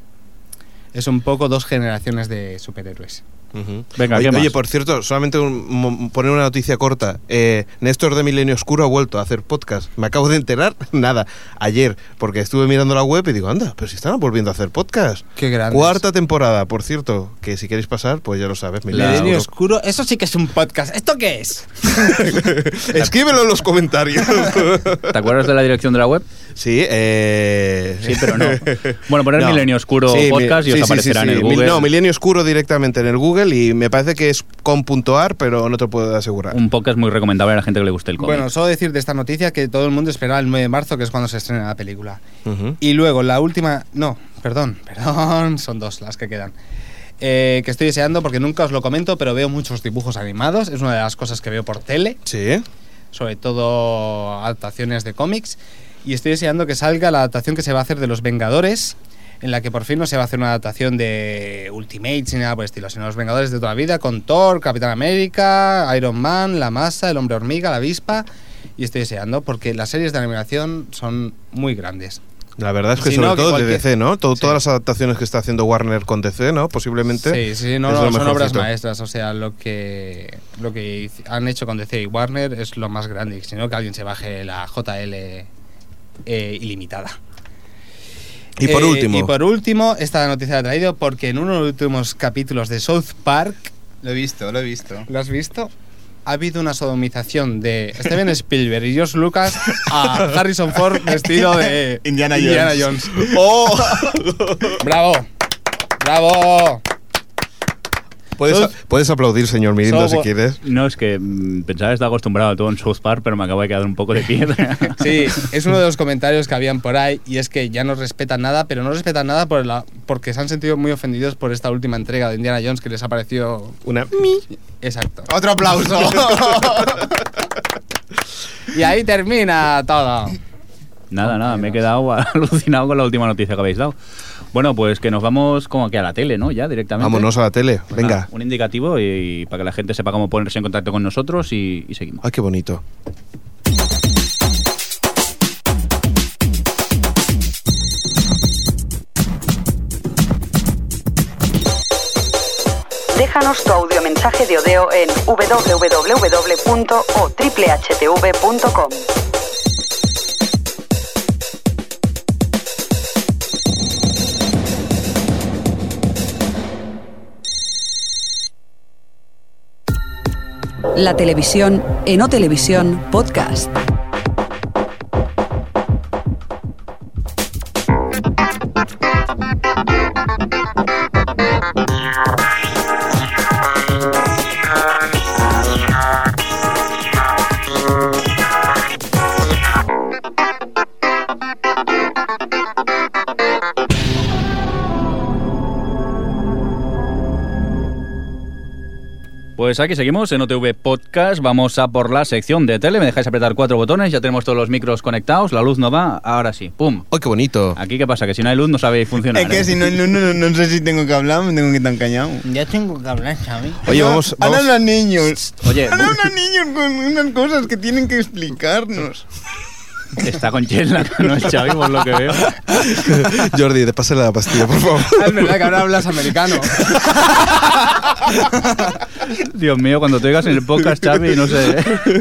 Es un poco dos generaciones de superhéroes. Ujú. Venga, oye, ¿qué más? oye, por cierto, solamente un- mo- poner una noticia corta. Eh, Néstor de Milenio Oscuro ha vuelto a hacer podcast. Me acabo de enterar, nada, ayer, porque estuve mirando la web y digo, anda, pero si están volviendo a hacer podcast. Qué grande. Cuarta temporada, por cierto, que si queréis pasar, pues ya lo sabes. Milenio Milenio Oscuro. Oscuro, eso sí que es un podcast. ¿Esto qué es? Escríbelo en los comentarios. ¿Te acuerdas de la dirección de la web? Sí, eh... Sí, pero no. Bueno, poner No. Milenio Oscuro Sí, podcast mi- y os sí, sí, aparecerá sí, en sí. el Mil- Google. No, Milenio Oscuro directamente en el Google y me parece que es com.ar, pero no te puedo asegurar. Un podcast muy recomendable a la gente que le guste el cómic. Bueno, solo decir de esta noticia que todo el mundo esperaba el nueve de marzo, que es cuando se estrena la película. Ujú. Y luego la última... No, perdón, perdón, son dos las que quedan. Eh, que estoy deseando porque nunca os lo comento, pero veo muchos dibujos animados. Es una de las cosas que veo por tele, Sí. sobre todo adaptaciones de cómics. Y estoy deseando que salga la adaptación que se va a hacer de Los Vengadores, en la que por fin no se va a hacer una adaptación de Ultimates ni nada por el estilo, sino Los Vengadores de toda la vida, con Thor, Capitán América, Iron Man, La Masa, El Hombre Hormiga, La Avispa. Y estoy deseando porque las series de animación son muy grandes. La verdad es que Si sobre no, que todo de cualquier- D C, ¿no? Todo- Sí. Todas las adaptaciones que está haciendo Warner con D C, ¿no? Posiblemente. Sí, sí, no, es no, lo son obras mejorcito. maestras. O sea, lo que lo que hic- han hecho con D C y Warner es lo más grande. Y si no, que alguien se baje la J L eh, ilimitada. Y por Eh, último, Y por último, esta noticia la he traído porque en uno de los últimos capítulos de South Park, Lo he visto, lo he visto. ¿lo has visto? ha habido una sodomización de Steven Spielberg y George Lucas a Harrison Ford vestido de Indiana Jones. Jones. ¡Oh! ¡Bravo! ¡Bravo! Puedes, puedes aplaudir, señor Mirindo, So- si quieres. No, es que mm, pensaba estar acostumbrado a todo en South Park, pero me acabo de quedar un poco de piedra. Sí, es uno de los comentarios que habían por ahí y es que ya no respetan nada, pero no respetan nada por la, porque se han sentido muy ofendidos por esta última entrega de Indiana Jones que les ha parecido... Una... Exacto. Otro aplauso. Y ahí termina todo. Nada, nada, me he quedado alucinado con la última noticia que habéis dado. Bueno, pues que nos vamos como que a la tele, ¿no? Ya directamente. Vámonos a la tele, Pues venga. nada, un indicativo y, y para que la gente sepa cómo ponerse en contacto con nosotros y, y seguimos. Ay, qué bonito. Déjanos tu audiomensaje de Odeo en w w w punto o triple h t v punto com. La televisión en O Televisión Podcast. Pues aquí seguimos en O T V Podcast, vamos a por la sección de tele, me dejáis apretar cuatro botones, ya tenemos todos los micros conectados, la luz no va, ahora sí, ¡pum! ¡Ay, qué bonito! Aquí qué pasa, que si no hay luz no sabéis funcionar. Es que ¿eh? si no, no, no, no sé si tengo que hablar, me tengo que estar callado. Ya tengo que hablar, Xavi. Oye, vamos... vamos... Hablan los niños. Oye, Hablan los niños con unas cosas que tienen que explicarnos. está con Chela, no es Xavi, por lo que veo. Jordi, te pásale la pastilla, por favor. Es verdad que ahora hablas americano. Dios mío, cuando te oigas en el podcast, Xavi, no sé.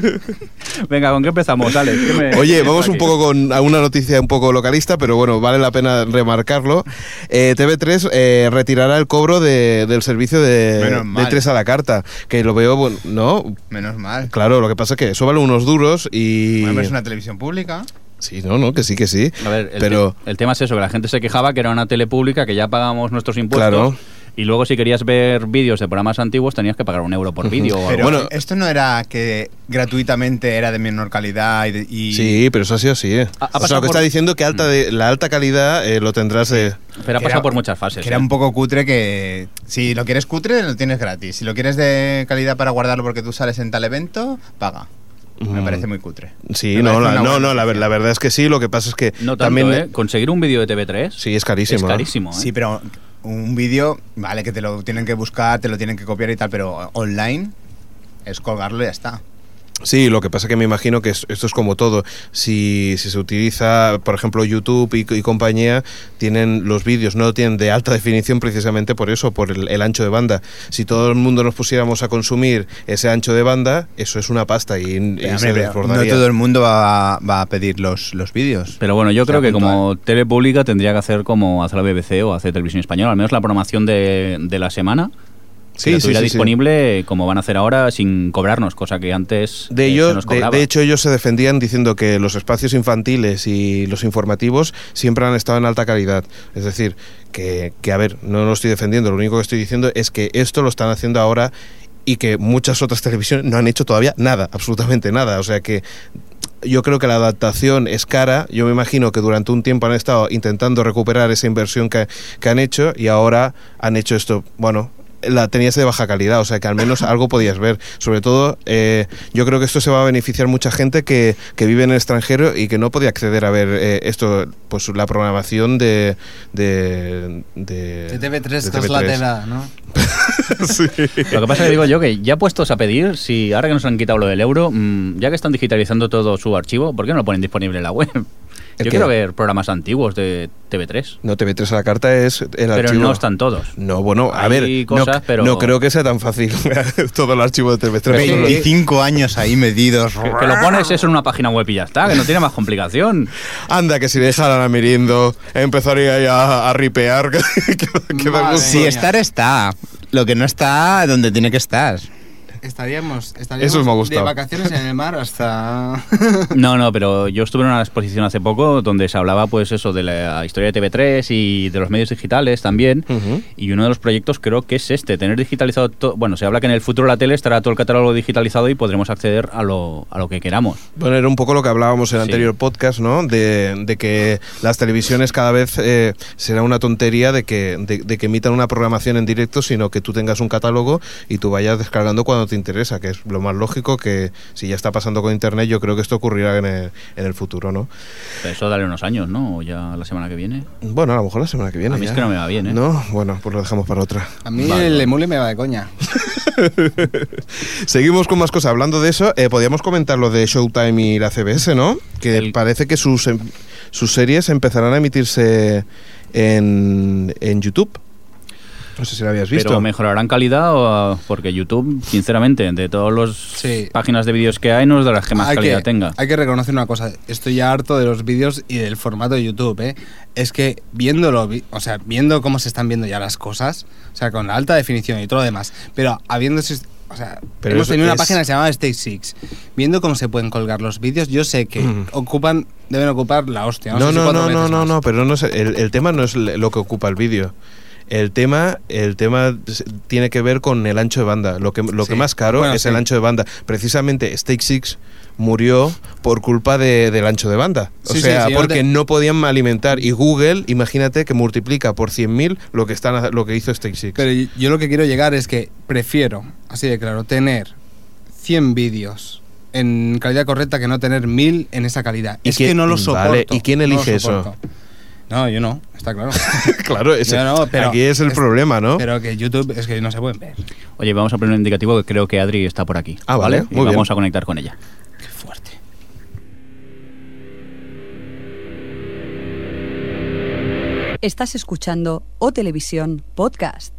Venga, ¿con qué empezamos? Dale. ¿qué me- Oye, qué vamos está un aquí? poco con a una noticia un poco localista, pero bueno, vale la pena remarcarlo. Eh, T V tres eh, retirará el cobro de- del servicio de, Menos de mal. tres a la carta, que lo veo, bueno, ¿no? Menos mal. Claro, lo que pasa es que eso vale unos duros y... Bueno, es una televisión pública. Sí, no, no, que sí, que sí. A ver, el, pero... te- el tema es eso, que la gente se quejaba que era una tele pública, que ya pagábamos nuestros impuestos. Claro. Y luego si querías ver vídeos de programas antiguos tenías que pagar un euro por vídeo. o algo. Pero Bueno. esto no era que gratuitamente era de menor calidad y... de- y- Sí, pero eso ha sido así, ¿eh? Ha- ha O sea, pasado lo que por- está diciendo que alta de, la alta calidad eh, lo tendrás... eh, Pero ha que pasado era- por muchas fases. Que era ¿eh? un poco cutre que... Si lo quieres cutre, lo tienes gratis. Si lo quieres de calidad para guardarlo porque tú sales en tal evento, paga. Me Mm. parece muy cutre. Sí, Me no, parece la, una no, buena no la, ver- noticia. la verdad es que sí, lo que pasa es que No tanto, también... ¿eh? Conseguir un vídeo de T V tres Sí, es carísimo. es ¿eh? carísimo. ¿eh? Sí, pero un vídeo, vale, que te lo tienen que buscar, te lo tienen que copiar y tal, pero online es colgarlo y ya está. Sí, lo que pasa que me imagino que es- esto es como todo. Si, si se utiliza, por ejemplo, YouTube y, y compañía, tienen los vídeos, no tienen de alta definición precisamente por eso, por el, el ancho de banda. Si todo el mundo nos pusiéramos a consumir ese ancho de banda, eso es una pasta y, y Pero, se hombre, pero no desbordaría. todo el mundo va, va a pedir los, los vídeos. Pero bueno, yo O sea, creo que puntual. como tele pública tendría que hacer como hace la B B C o hace Televisión Española, al menos la programación de, de la semana. Sí, que la sí, tuviera sí, sí. disponible como van a hacer ahora sin cobrarnos, cosa que antes De eh, se ellos, nos de, cobraba. de hecho, ellos se defendían diciendo que los espacios infantiles y los informativos siempre han estado en alta calidad. Es decir, que, que a ver, no lo estoy defendiendo, lo único que estoy diciendo es que esto lo están haciendo ahora y que muchas otras televisiones no han hecho todavía nada, absolutamente nada. O sea que yo creo que la adaptación es cara. Yo me imagino que durante un tiempo han estado intentando recuperar esa inversión que, que han hecho y ahora han hecho esto, bueno, la tenías de baja calidad, o sea que al menos algo podías ver. Sobre todo, eh, yo creo que esto se va a beneficiar mucha gente que, que vive en el extranjero y que no podía acceder a ver eh, esto, pues la programación de de, de, De T V tres, de que es la tela, ¿no? Sí. Lo que pasa es que digo yo que ya puestos a pedir, si ahora que nos han quitado lo del euro, mmm, ya que están digitalizando todo su archivo, ¿por qué no lo ponen disponible en la web? ¿El Yo qué? ver programas antiguos de T V tres, No, T V tres a la carta es el pero archivo. no están todos. No, bueno, a Hay ver, cosas, no, pero- no creo que sea tan fácil todo el archivo de T V tres. Pero- veinticinco años ahí medidos. Que, que lo pones eso en una página web y ya está, que no tiene más complicación. Anda, que si dejaran a Mirindo, empezaría ahí a, a ripear. Que, que- que da Madre gusto. Si estar está, lo que no está donde tiene que estar. Estaríamos, estaríamos Eso me ha gustado. de vacaciones en el mar hasta... No, no, pero yo estuve en una exposición hace poco donde se hablaba, pues eso, de la historia de T V tres y de los medios digitales también. Ujú. Y uno de los proyectos creo que es este, tener digitalizado todo. Bueno, se habla que en el futuro la tele estará todo el catálogo digitalizado y podremos acceder a lo, a lo que queramos. Bueno, era un poco lo que hablábamos en el Sí. anterior podcast, ¿no? De, de que las televisiones cada vez eh, será una tontería de que, de, de que emitan una programación en directo, sino que tú tengas un catálogo y tú vayas descargando cuando te interesa, que es lo más lógico, que si ya está pasando con internet, yo creo que esto ocurrirá en el, en el futuro, ¿no? Pero eso dale unos años, ¿no? O ya la semana que viene. Bueno, a lo mejor la semana que viene. A mí es ya. que no me va bien, ¿eh? No, bueno, pues lo dejamos para otra. A mí Vale, el vale. emule me va de coña. Seguimos con más cosas. Hablando de eso, eh, podríamos comentar lo de Showtime y la C B S, ¿no? Que El- parece que sus, em- sus series empezarán a emitirse en, en YouTube. No sé si lo habías visto. Pero mejorarán calidad o, porque YouTube, sinceramente, de todas las Sí. páginas de vídeos que hay, no es de las que más hay calidad que, tenga. Hay que reconocer una cosa, estoy ya harto de los vídeos y del formato de YouTube, ¿eh? Es que viéndolo, vi- o sea, viendo cómo se están viendo ya las cosas, o sea, con la alta definición y todo lo demás, pero habiendo, sis- o sea, Pero hemos eso tenido una es- página que se llamaba Stage Six, viendo cómo se pueden colgar los vídeos, yo sé que Mm. ocupan, deben ocupar la hostia, no, No, sé si no, cuatro no, no, veces no, más. no, pero no sé, el, el tema no es le- lo que ocupa el vídeo. El tema, el tema s- tiene que ver con el ancho de banda. Lo que, lo Sí. que más caro Bueno, es sí. el ancho de banda. Precisamente Stage Six murió por culpa de- del ancho de banda. O Sí, sí, sea, sí, yo porque te- no podían alimentar. Y Google, imagínate que multiplica por cien mil lo que están ha- lo que hizo Stage Six. Pero y- yo lo que quiero llegar es que prefiero, así de claro, tener cien vídeos en calidad correcta que no tener mil en esa calidad. ¿Y Es quién- que no lo vale, soporto. ¿y quién no lo elige eso? soporto. No, yo no, está claro. Claro, ese- Yo no, pero- aquí es el es- problema, ¿no? Pero que YouTube es que no se pueden ver. Oye, vamos a poner un indicativo que creo que Adri está por aquí. Ah, vale, Y muy bien. vamos a conectar con ella. Qué fuerte. Estás escuchando O Televisión Podcast.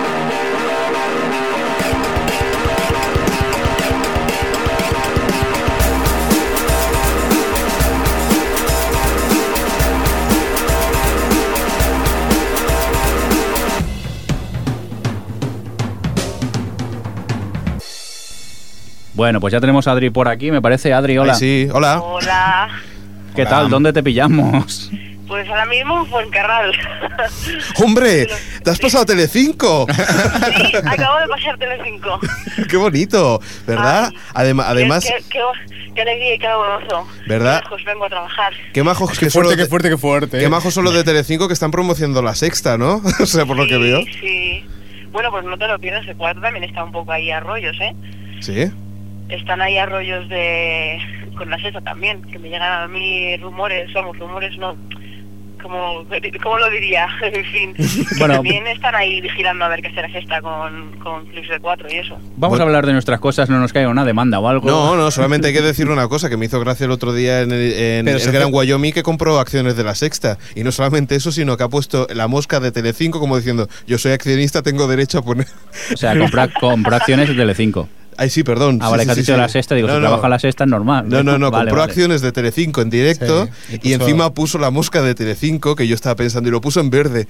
Bueno, pues ya tenemos a Adri por aquí, me parece. Adri, hola. Ay, sí, hola. Hola, ¿Qué Hola. tal? ¿Dónde te pillamos? pues ahora mismo fue en Carral. ¡Hombre! ¡Te has pasado a Telecinco! Sí, acabo de pasar Telecinco. ¡Qué bonito! ¿Verdad? Ay, Adema- además, Qué, qué, qué, qué alegría y qué gozo. ¿Verdad? Qué lejos vengo a trabajar. qué majos que Qué solo fuerte, de- qué fuerte, qué fuerte. qué majos son los de Telecinco que están promocionando la sexta, ¿no? O sea, por lo que Sí, veo. Sí. Bueno, pues no te lo pierdas, el cuatro también está un poco ahí a rollos, ¿eh? Sí. Están ahí a rollos de... con la sexta también, que me llegan a mí rumores, somos rumores, no... Como, ¿Cómo lo diría? En fin, que Bueno. también están ahí vigilando a ver qué hace la sexta con, con Clips de cuatro y eso. Vamos Bueno. a hablar de nuestras cosas, no nos caiga una demanda o algo. No, no, solamente hay que decir una cosa que me hizo gracia el otro día en el, en Pero el se Gran hace- Wyoming, que compró acciones de la sexta. Y no solamente eso, sino que ha puesto la mosca de Telecinco como diciendo, yo soy accionista, tengo derecho a poner... O sea, comprar compra acciones de Telecinco. Ay, sí, perdón. Ah, Sí, vale, sí, que has sí, dicho sí. la sexta, digo, No, si no. trabaja la sexta es normal. No, no, no, Vale, compró vale. acciones de Telecinco en directo Sí, y y, puso- encima puso la mosca de Telecinco, que yo estaba pensando, y lo puso en verde.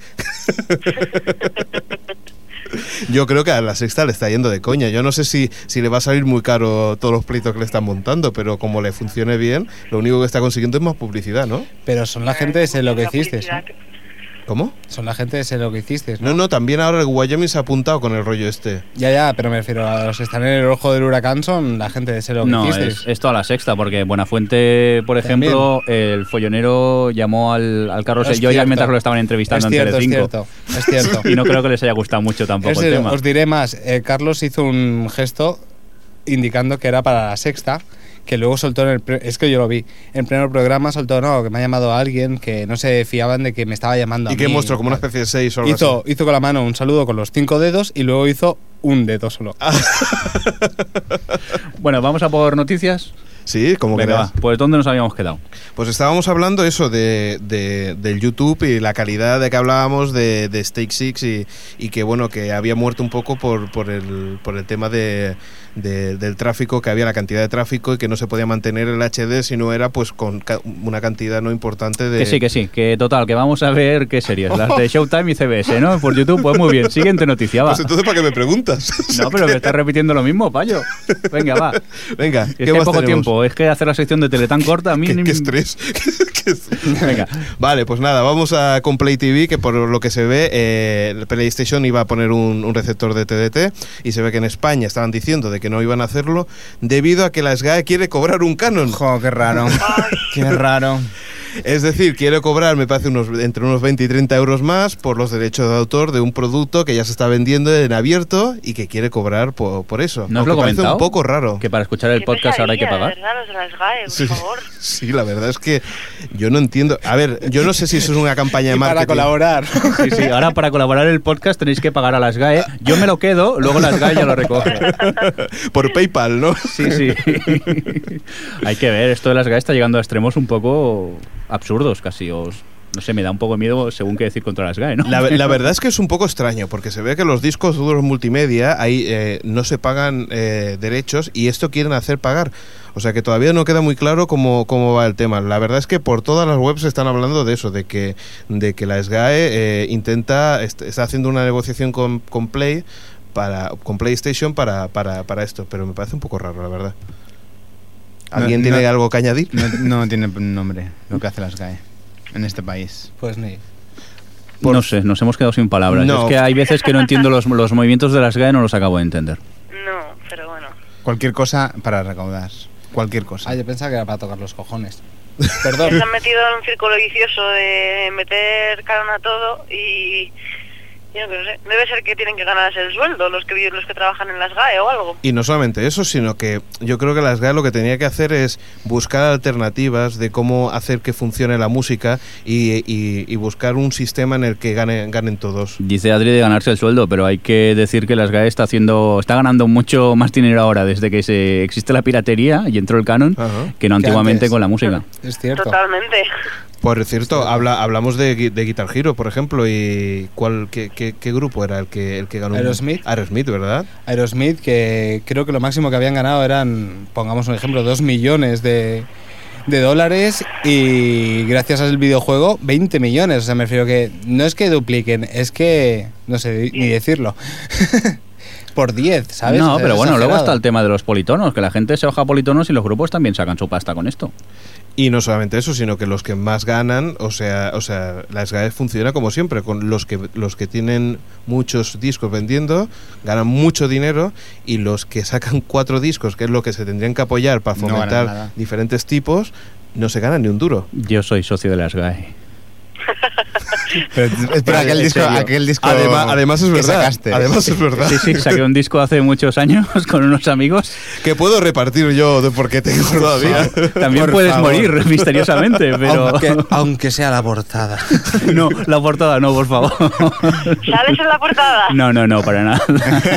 Yo creo que a la sexta le está yendo de coña. Yo no sé si, si le va a salir muy caro todos los pleitos que le están montando, pero como le funcione bien, lo único que está consiguiendo es más publicidad, ¿no? Pero son la gente de sé lo que La hiciste, publicidad ¿no? que- ¿Cómo? Son la gente de sé lo que hiciste, ¿no? No, no, también ahora el Wyoming se ha apuntado con el rollo este. Ya, ya, pero me refiero a los que están en el ojo del huracán son la gente de sé lo que No, hiciste. es, esto a la sexta, porque Buenafuente, por ejemplo, el follonero llamó al, al Carlos Es El Joyas cierto. mientras lo estaban entrevistando Es cierto, en es Telecinco. cierto, es cierto. Y no creo que les haya gustado mucho tampoco Es el decir, tema. os diré más, eh, Carlos hizo un gesto indicando que era para la sexta, que luego soltó en el... pre- es que yo lo vi, en pleno programa soltó, no, que me ha llamado alguien, que no se fiaban de que me estaba llamando a Y que mí, mostró como una tal. especie de seis o algo Hizo, así. hizo con la mano un saludo con los cinco dedos y luego hizo un dedo solo. Bueno, vamos a por noticias. Sí, como que Venga, no. va, pues ¿dónde nos habíamos quedado? Pues estábamos hablando eso de, de- del YouTube y la calidad de que hablábamos de, de Stake Six y, y que bueno, que había muerto un poco por, por, el, por el tema de, de- del tráfico, que había la cantidad de tráfico y que no se podía mantener el H D si no era pues con ca- una cantidad no importante de... Que sí, que sí, que total, que vamos a ver qué series, las de Showtime y C B S, ¿no? Por YouTube, pues muy bien. Siguiente noticia, va. Pues entonces, ¿para qué me preguntas? No, pero me estás repitiendo lo mismo, payo. Venga, va. Venga, Es ¿qué que hay más poco tenemos? tiempo, es que hacer la sección de tele tan corta a mí... ¿Qué, ni- qué estrés. Qué estrés. Venga. Vale, pues nada, vamos a con Play T V, que por lo que se ve, eh, el PlayStation iba a poner un, un receptor de T D T y se ve que en España estaban diciendo de que no iban a hacerlo debido a que la S G A E quiere cobrar un canon. Jo, qué raro. Qué raro. Es decir, quiere cobrar, me parece, unos entre unos veinte y treinta euros más por los derechos de autor de un producto que ya se está vendiendo en abierto y que quiere cobrar por, por eso. ¿No os lo he Aunque parece comentado? un poco raro. Que para escuchar el Qué podcast ahora hay que pesadilla, pagar. de verdad, los de las G A E, por Sí, favor. sí, la verdad es que yo no entiendo. A ver, yo no sé si eso es una campaña de Y marketing. para colaborar. Sí, sí, ahora para colaborar en el podcast tenéis que pagar a las G A E. Yo me lo quedo, luego las G A E ya lo recoge. Por PayPal, ¿no? Sí, sí. Hay que ver, esto de las G A E está llegando a extremos un poco absurdos casi. Os, no sé, me da un poco de miedo según qué decir contra las G A E, ¿no? La, la verdad es que es un poco extraño, porque se ve que los discos duros multimedia ahí eh, no se pagan eh, derechos y esto quieren hacer pagar. O sea que todavía no queda muy claro cómo, cómo va el tema. La verdad es que por todas las webs están hablando de eso, de que, de que la S G A E eh, intenta, est- está haciendo una negociación con, con Play para, con PlayStation para, para, para esto, pero me parece un poco raro, la verdad. ¿Alguien No- tiene no- algo que añadir? No, no tiene nombre lo que hace las G A E en este país. Pues ni. por- No sé, nos hemos quedado sin palabras. No. Es que hay veces que no entiendo los, los movimientos de las G A E, no los acabo de entender. No, pero bueno. Cualquier cosa para recaudar. Cualquier cosa. Ah, yo pensaba que era para tocar los cojones. Se Perdón. han metido en un círculo vicioso de meter canon a todo y yo no sé, debe ser que tienen que ganarse el sueldo los que los que trabajan en las G A E o algo. Y no solamente eso, sino que yo creo que la S G A E lo que tenía que hacer es buscar alternativas de cómo hacer que funcione la música y, y- y buscar un sistema en el que gane, ganen todos. Dice Adri de ganarse el sueldo, pero hay que decir que las G A E está haciendo, está ganando mucho más dinero ahora desde que se existe la piratería y entró el canon Ajá. que no Que antiguamente antes. con la música. Es cierto. Totalmente. Por cierto, habla, hablamos de, gui- de Guitar Hero, por ejemplo, y ¿cuál, qué, qué- qué grupo era el que, el que ganó? Aerosmith. Aerosmith, ¿verdad? Aerosmith, que creo que lo máximo que habían ganado eran, pongamos un ejemplo, dos millones de, de dólares y gracias al videojuego veinte millones. O sea, me refiero que no es que dupliquen, es que no sé ni decirlo. Por diez, ¿sabes? No, O sea, pero es bueno, luego exagerado. está el tema de los politonos, que la gente se hoja politonos y los grupos también sacan su pasta con esto. Y no solamente eso, sino que los que más ganan, o sea, o sea, la S G A E funciona como siempre, con los que los que tienen muchos discos vendiendo, ganan mucho dinero, y los que sacan cuatro discos, que es lo que se tendrían que apoyar para No ganan fomentar nada. diferentes tipos, no se ganan ni un duro. Yo soy socio de las G A E. Pero espera, aquel En disco, serio. aquel disco Además, además es que verdad. sacaste. Además es verdad. Sí, sí, saqué un disco hace muchos años con unos amigos. Que puedo repartir yo de por qué tengo todavía. También Por puedes favor. morir misteriosamente, pero... Aunque, aunque sea la portada. No, la portada no, por favor. ¿Sales en la portada? No, no, no, para nada.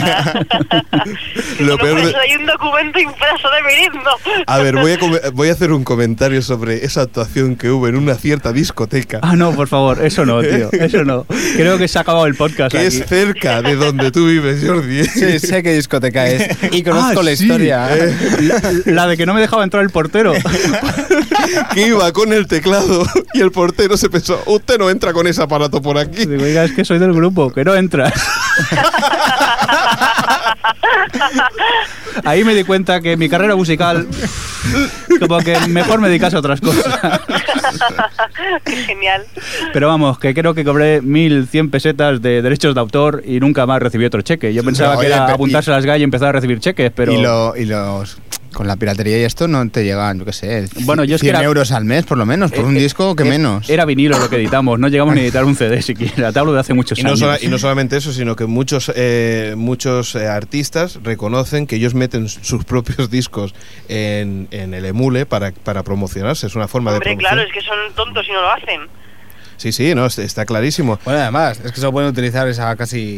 Lo no, peor pues de- hay un documento impreso de mi himno. A ver, voy a, come- voy a hacer un comentario sobre esa actuación que hubo en una cierta discoteca. Ah, no, por favor, eso no, tío, eso no. Creo que se ha acabado el podcast Que aquí. es cerca de donde tú vives, Jordi. Sí, sé qué discoteca es. Y conozco Ah, la sí, historia. eh. La, la de que no me dejaba entrar el portero. Que iba con el teclado y el portero se pensó, usted no entra con ese aparato por aquí. Digo, oiga, es que soy del grupo, que no entras. Ahí me di cuenta que mi carrera musical, como que mejor me dedicase a otras cosas. Qué genial. Pero vamos, que creo que cobré mil cien pesetas de derechos de autor y nunca más recibí otro cheque. Yo pensaba Oye, que era pero- apuntarse a las G A E y empezar a recibir cheques, pero... Y, lo, y los con la piratería y esto no te llegan, yo qué sé, Bueno, yo es que cien era- euros al mes por lo menos, por Eh, un eh, disco, que eh, menos. Era vinilo lo que editamos, no llegamos ni a editar un C D siquiera. Te hablo de hace muchos Y no, años. sola- y no solamente eso, sino que muchos eh, muchos eh, artistas reconocen que ellos meten sus propios discos en, en el emule para, para promocionarse. Es una forma Hombre, de promoción. claro, es que son tontos y no lo hacen. Sí, sí, no, está- está clarísimo. Bueno, además, es que solo pueden utilizar esa casi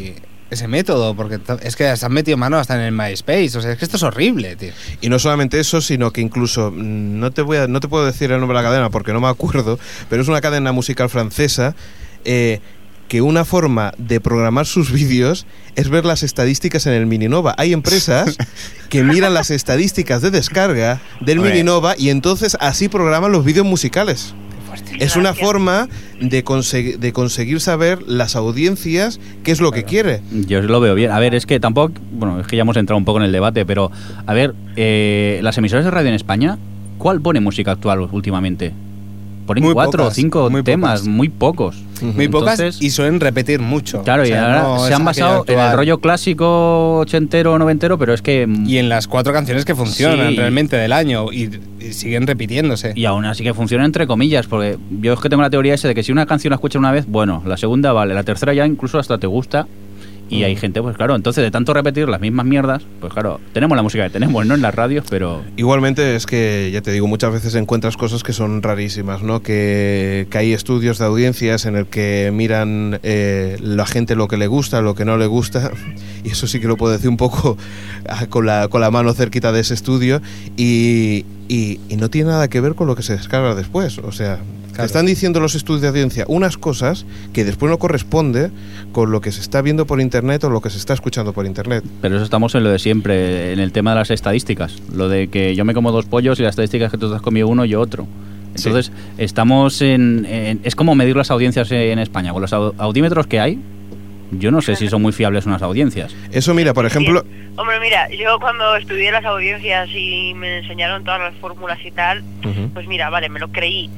ese método, porque to- es que se han metido mano hasta en el MySpace, o sea, es que esto es horrible, tío. Y no solamente eso, sino que incluso, mm, no te voy a, no te puedo decir el nombre de la cadena porque no me acuerdo, pero es una cadena musical francesa eh, que una forma de programar sus vídeos es ver las estadísticas en el Mininova. Hay empresas que miran las estadísticas de descarga del Hombre. Mininova y entonces así programan los vídeos musicales. Es una Gracias. forma de, consegui- de conseguir saber las audiencias qué es lo que quiere. Yo lo veo bien. A ver, es que tampoco... Bueno, es que ya hemos entrado un poco en el debate, pero... A ver, eh, las emisoras de radio en España, ¿cuál pone música actual últimamente? Ponen Muy cuatro pocas, o cinco muy temas, pocas. muy pocos. Muy pocas Entonces- y suelen repetir mucho. Claro, O sea, y ahora no se es han basado aquello en el actual. rollo clásico ochentero, noventero, pero es que... Y en las cuatro canciones que funcionan Sí. realmente del año y, y siguen repitiéndose. Y aún así que funciona entre comillas, porque yo es que tengo la teoría esa de que si una canción la escuchas una vez, bueno, la segunda vale, la tercera ya incluso hasta te gusta. Y hay gente, pues claro, entonces de tanto repetir las mismas mierdas, pues claro, tenemos la música que tenemos, no en las radios, pero... Igualmente es que, ya te digo, muchas veces encuentras cosas que son rarísimas, ¿no? Que, que hay estudios de audiencias en el que miran eh, la gente lo que le gusta, lo que no le gusta, y eso sí que lo puedo decir un poco ah, con la, con la mano cerquita de ese estudio, y, y, y no tiene nada que ver con lo que se descarga después, o sea... Te están diciendo los estudios de audiencia unas cosas que después no corresponde con lo que se está viendo por internet o lo que se está escuchando por internet. Pero eso estamos en lo de siempre, en el tema de las estadísticas. Lo de que yo me como dos pollos y las estadísticas que tú te has comido uno y yo otro. Entonces, estamos en, en- Es como medir las audiencias en España. Con los au- audímetros que hay, yo no sé si son muy fiables unas audiencias. Eso, mira, por ejemplo... Sí. Hombre, mira, yo cuando estudié las audiencias y me enseñaron todas las fórmulas y tal, Ujú. pues mira, vale, me lo creí.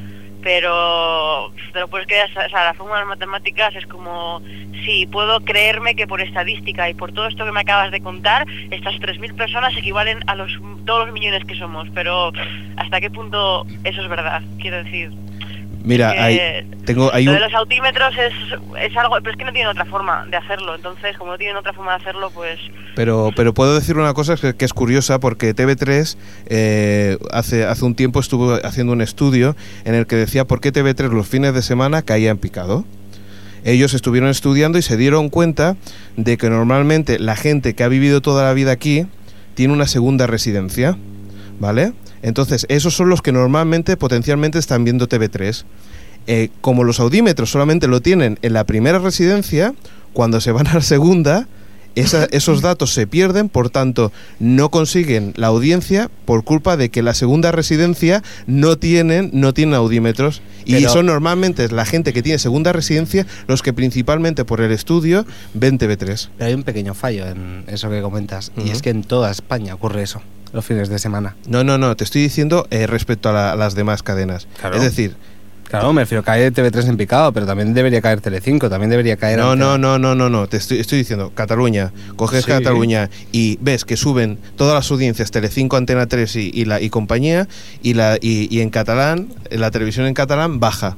Pero te lo puedes creer, o sea, las fórmulas matemáticas es como, sí, puedo creerme que por estadística y por todo esto que me acabas de contar, estas tres mil personas equivalen a los todos los millones que somos, pero ¿hasta qué punto eso es verdad? Quiero decir... Mira, que hay, tengo, hay lo un... de los autímetros es, es algo, pero es que no tienen otra forma de hacerlo, entonces como no tienen otra forma de hacerlo, pues... Pero, pero puedo decir una cosa que, que es curiosa, porque T V tres eh, hace, hace un tiempo estuvo haciendo un estudio en el que decía por qué T V tres los fines de semana caía en picado. Ellos estuvieron estudiando y se dieron cuenta de que normalmente la gente que ha vivido toda la vida aquí tiene una segunda residencia, ¿vale? Entonces, esos son los que normalmente, potencialmente, están viendo T V tres. Eh, como los audímetros solamente lo tienen en la primera residencia, cuando se van a la segunda, esa- esos datos se pierden, por tanto, no consiguen la audiencia por culpa de que la segunda residencia no tienen, no tienen audímetros. Y Pero- son normalmente la gente que tiene segunda residencia los que principalmente por el estudio ven T V tres. Pero hay un pequeño fallo en eso que comentas, y Ujú. es que en toda España ocurre eso, los fines de semana. No, no, no, te estoy diciendo eh, respecto a, la- a las demás cadenas. Claro. Es decir, Claro, me refiero, cae T V tres en picado, pero también debería caer Telecinco, también debería caer... no, Antena. no, no, no, no, no, te estoy, estoy diciendo, Cataluña, coges Sí. Cataluña y ves que suben todas las audiencias, Telecinco, Antena tres y, y la, y compañía, y, la, y, y en catalán, en la televisión en catalán baja.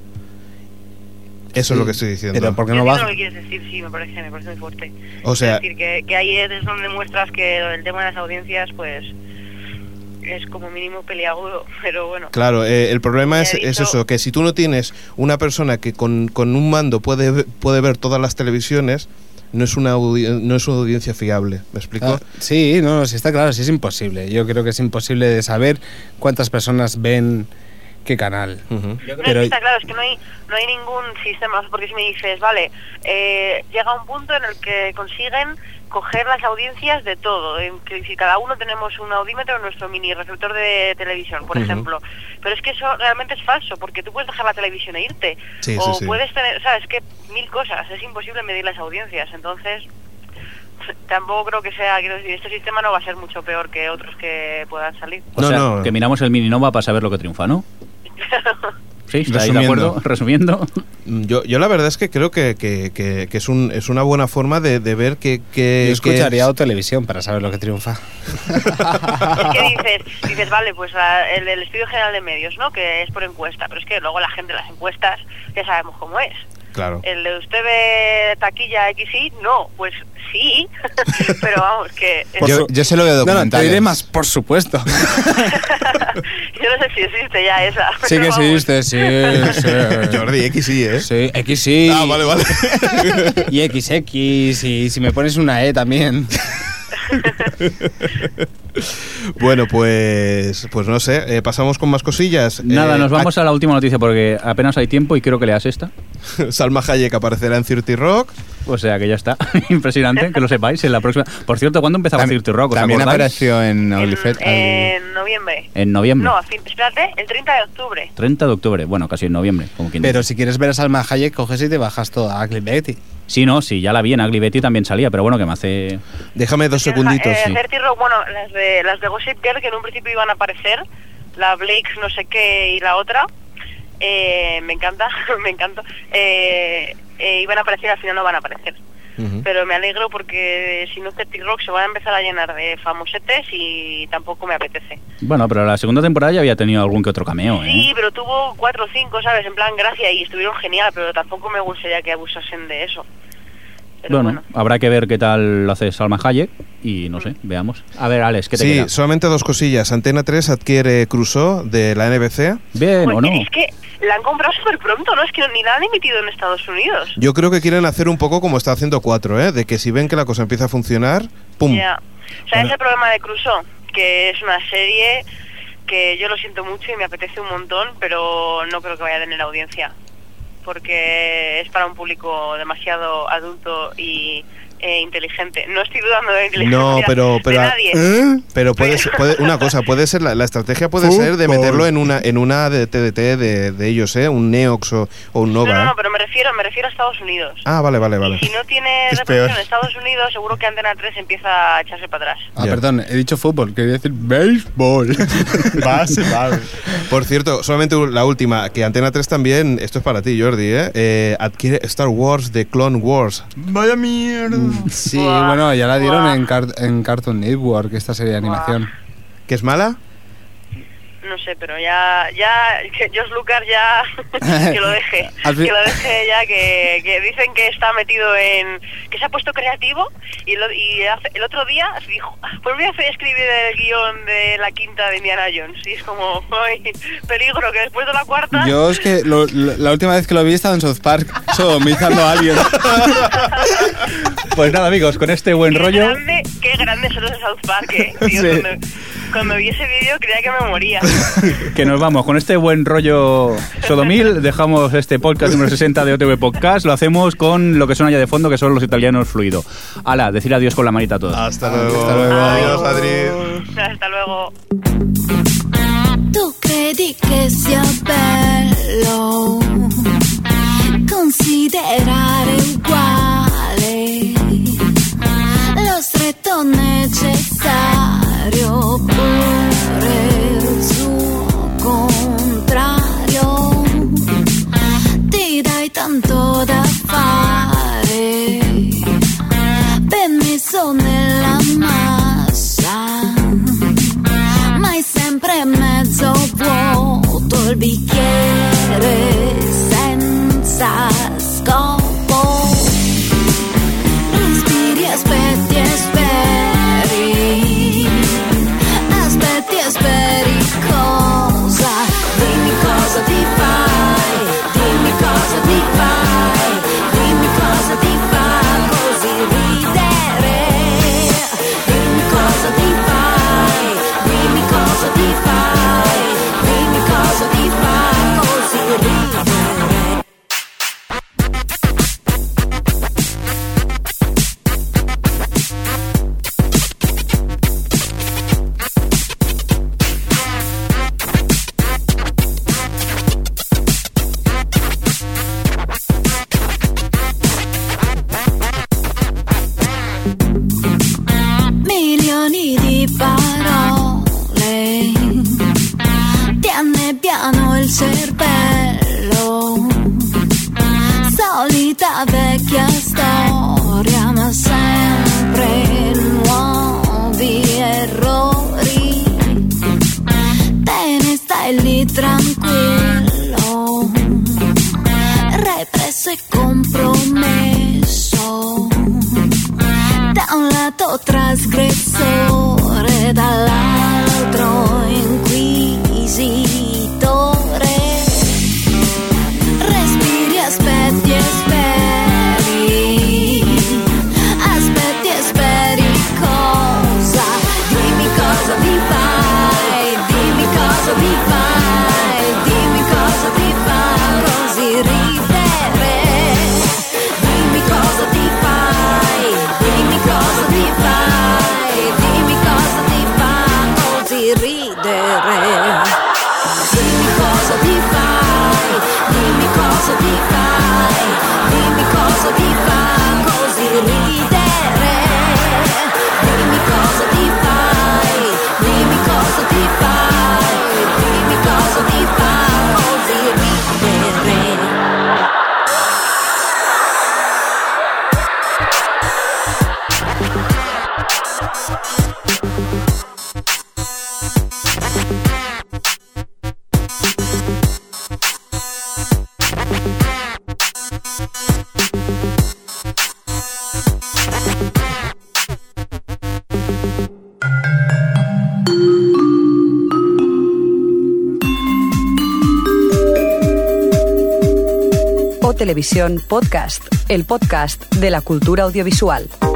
Eso Sí, es lo que estoy diciendo. Pero ¿por qué Yo no entiendo baja? lo que quieres decir, sí, me parece, me parece muy fuerte. O sea, es decir, que, que ahí es donde muestras que el tema de las audiencias, pues, es como mínimo peliagudo, pero bueno. claro, eh, el problema Ya es, he es dicho- eso, que si tú no tienes una persona que con, con un mando puede, ve- puede ver todas las televisiones, no es una audi- no es una audiencia fiable, ¿me explico? Ah, sí, no, no, sí está claro, sí es imposible. Yo creo que es imposible de saber cuántas personas ven qué canal. Ujú. No, Pero- es que está claro, es que no hay, no hay ningún sistema, porque si me dices, vale, eh, llega un punto en el que consiguen coger las audiencias de todo, en que si cada uno tenemos un audímetro en nuestro mini receptor de televisión, por Ujú. ejemplo, pero es que eso realmente es falso, porque tú puedes dejar la televisión e irte, Sí, o sí, sí. puedes tener, sabes, que mil cosas, es imposible medir las audiencias, entonces tampoco creo que sea, quiero decir, este sistema no va a ser mucho peor que otros que puedan salir. O No, sea, no. que miramos el Mininova para saber lo que triunfa, ¿no? Sí, ¿estáis de Resumiendo. acuerdo? Resumiendo. Yo, yo la verdad es que creo que, que, que- que es, un, es una buena forma de, de ver que... que Yo escucharía que- o televisión para saber lo que triunfa. Es que dices, dices vale, pues la- el, el estudio general de medios, ¿no? Que es por encuesta, pero es que luego la gente, las encuestas, ya sabemos cómo es. Claro. El de usted ve taquilla X I, no, pues sí, pero vamos, que... Yo, yo se lo veo No, no, te documentales. diré más, por supuesto. Yo no sé si existe ya esa. Sí pero que vamos. existe, sí, sí. Jordi, X sí, ¿eh? Sí, X sí. Ah, vale, vale. Y X X, y si me pones una E también. Bueno, pues pues no sé, eh, pasamos con más cosillas. Nada, Eh, nos vamos a la última noticia porque apenas hay tiempo y creo que leas esta. Salma Hayek aparecerá en thirty Rock. O sea que ya está. Impresionante, que lo sepáis. En la próxima. Por cierto, ¿cuándo empezaba También- Cirti Rock? ¿Os También acordáis? apareció en En, OnlyFans. en noviembre. En noviembre. No, a fin, espérate, el treinta de octubre. treinta de octubre. Bueno, casi en noviembre, como quien Pero dice. si quieres ver a Salma Hayek, coges y te bajas toda a Ugly Betty. Sí, no, sí, ya la vi en Ugly Betty también salía, pero bueno, que me hace... Déjame dos Eh, segunditos. sí. Thirty Rock, bueno, las de, las de Gossip Girl, que en un principio iban a aparecer, la Blake no sé qué y la otra, eh, me encanta, me encanta, eh, eh, iban a aparecer y al final no van a aparecer. Ujú. Pero me alegro porque si no Thirty Rock se van a empezar a llenar de famosetes y tampoco me apetece. Bueno, pero la segunda temporada ya había tenido algún que otro cameo, ¿eh? Sí, pero tuvo cuatro o cinco, ¿sabes? En plan gracia y estuvieron genial, pero tampoco me gustaría que abusasen de eso. Pero Bueno, bueno. habrá que ver qué tal lo hace Salma Hayek y no sé, veamos. A ver, Alex, ¿qué te Sí, queda? solamente dos cosillas. Antena tres adquiere Crusoe de la N B C. ¿Bien o Oye, no? es que la han comprado súper pronto, ¿no? Es que ni la han emitido en Estados Unidos. Yo creo que quieren hacer un poco como está haciendo cuatro, ¿eh? De que si ven que la cosa empieza a funcionar, ¡pum! Ya. ¿Sabes el problema de Crusoe? Que es una serie que yo lo siento mucho y me apetece un montón, pero no creo que vaya a tener audiencia. Porque es para un público demasiado adulto y eh, inteligente. No estoy dudando de la inteligencia No, pero, pero, de nadie. ¿Eh? pero puede, ser- puede- una cosa, puede ser la, la estrategia puede ser de meterlo en una en una de T D T de, de ellos, ¿eh? Un Neox o, o un No, Nova. no, ¿eh? no, pero me refiero, me refiero a Estados Unidos. Ah, vale, vale, vale. Y si no tiene Es reproducción peor. en Estados Unidos, seguro que Antena tres empieza a echarse para atrás. Ah, Ya. perdón, he dicho fútbol, quería decir béisbol. Base, vale. Por cierto, solamente la última, que Antena tres también, esto es para ti, Jordi, ¿eh? Eh, adquiere Star Wars de Clone Wars. Vaya mierda. Sí, Buah, bueno, ya la dieron buah. en, Car- en Cartoon Network, esta serie de animación. ¿Que es mala? No sé, pero ya, ya, que George Lucas ya, que lo deje, Al fin- que lo deje ya, que, que dicen que está metido en, que se ha puesto creativo y, lo, y hace- el otro día dijo, pues voy a hacer escribir el guión de la quinta de Indiana Jones, y es como, ay, peligro, que después de la cuarta... Yo es que lo- lo- la última vez que lo vi estaba en South Park, sodomizando a alguien. Pues nada, amigos, con este buen qué rollo... grande, qué grandes son los de South Park, eh, tío, Sí. cuando, cuando vi ese vídeo creía que me moría. Que nos vamos con este buen rollo sodomil. Dejamos este podcast número sesenta de O T V Podcast. Lo hacemos con lo que suena ya de fondo, que son los italianos fluido. Ala, decir adiós con la manita a todos. Hasta luego. Hasta luego. Adiós, Adri. Hasta luego. Tu credi che sia bello considerare uguale lo stretto necessario oppure il suo contrario. Ti dai tanto da fare, ben messo nella massa, ma è sempre mezzo vuoto il bicchiere senza scopo. Respiri, aspetti e speri, aspetti e speri cosa? Dimmi cosa ti fai, dimmi cosa ti fai, dimmi cosa ti fa così ridere, dimmi cosa ti fai, dimmi cosa ti fai, dimmi cosa ti fa così ridere. Milioni di parole ti annebbiano il cervello, solita vecchia storia, ma sempre nuovi errori. Te ne stai lì tranquillo, repressione ese compromesso da un lato trasgressore, dall'altro inquisitore. Respiri, aspetti e speri, aspetti e speri cosa? Dimmi cosa ti fai, dimmi cosa ti fai, dimmi cosa ti fa così ridere. Dimmi cosa ti fai, dimmi cosa ti fai, dimmi cosa ti fa così ridere. Dimmi cosa ti fai, dimmi cosa ti fai, dimmi cosa ti fa così ridere. Dimmi cosa ti fai, dimmi cosa ti fai, dimmi cosa ti fa così ridere. O Televisión Podcast, el podcast de la cultura audiovisual.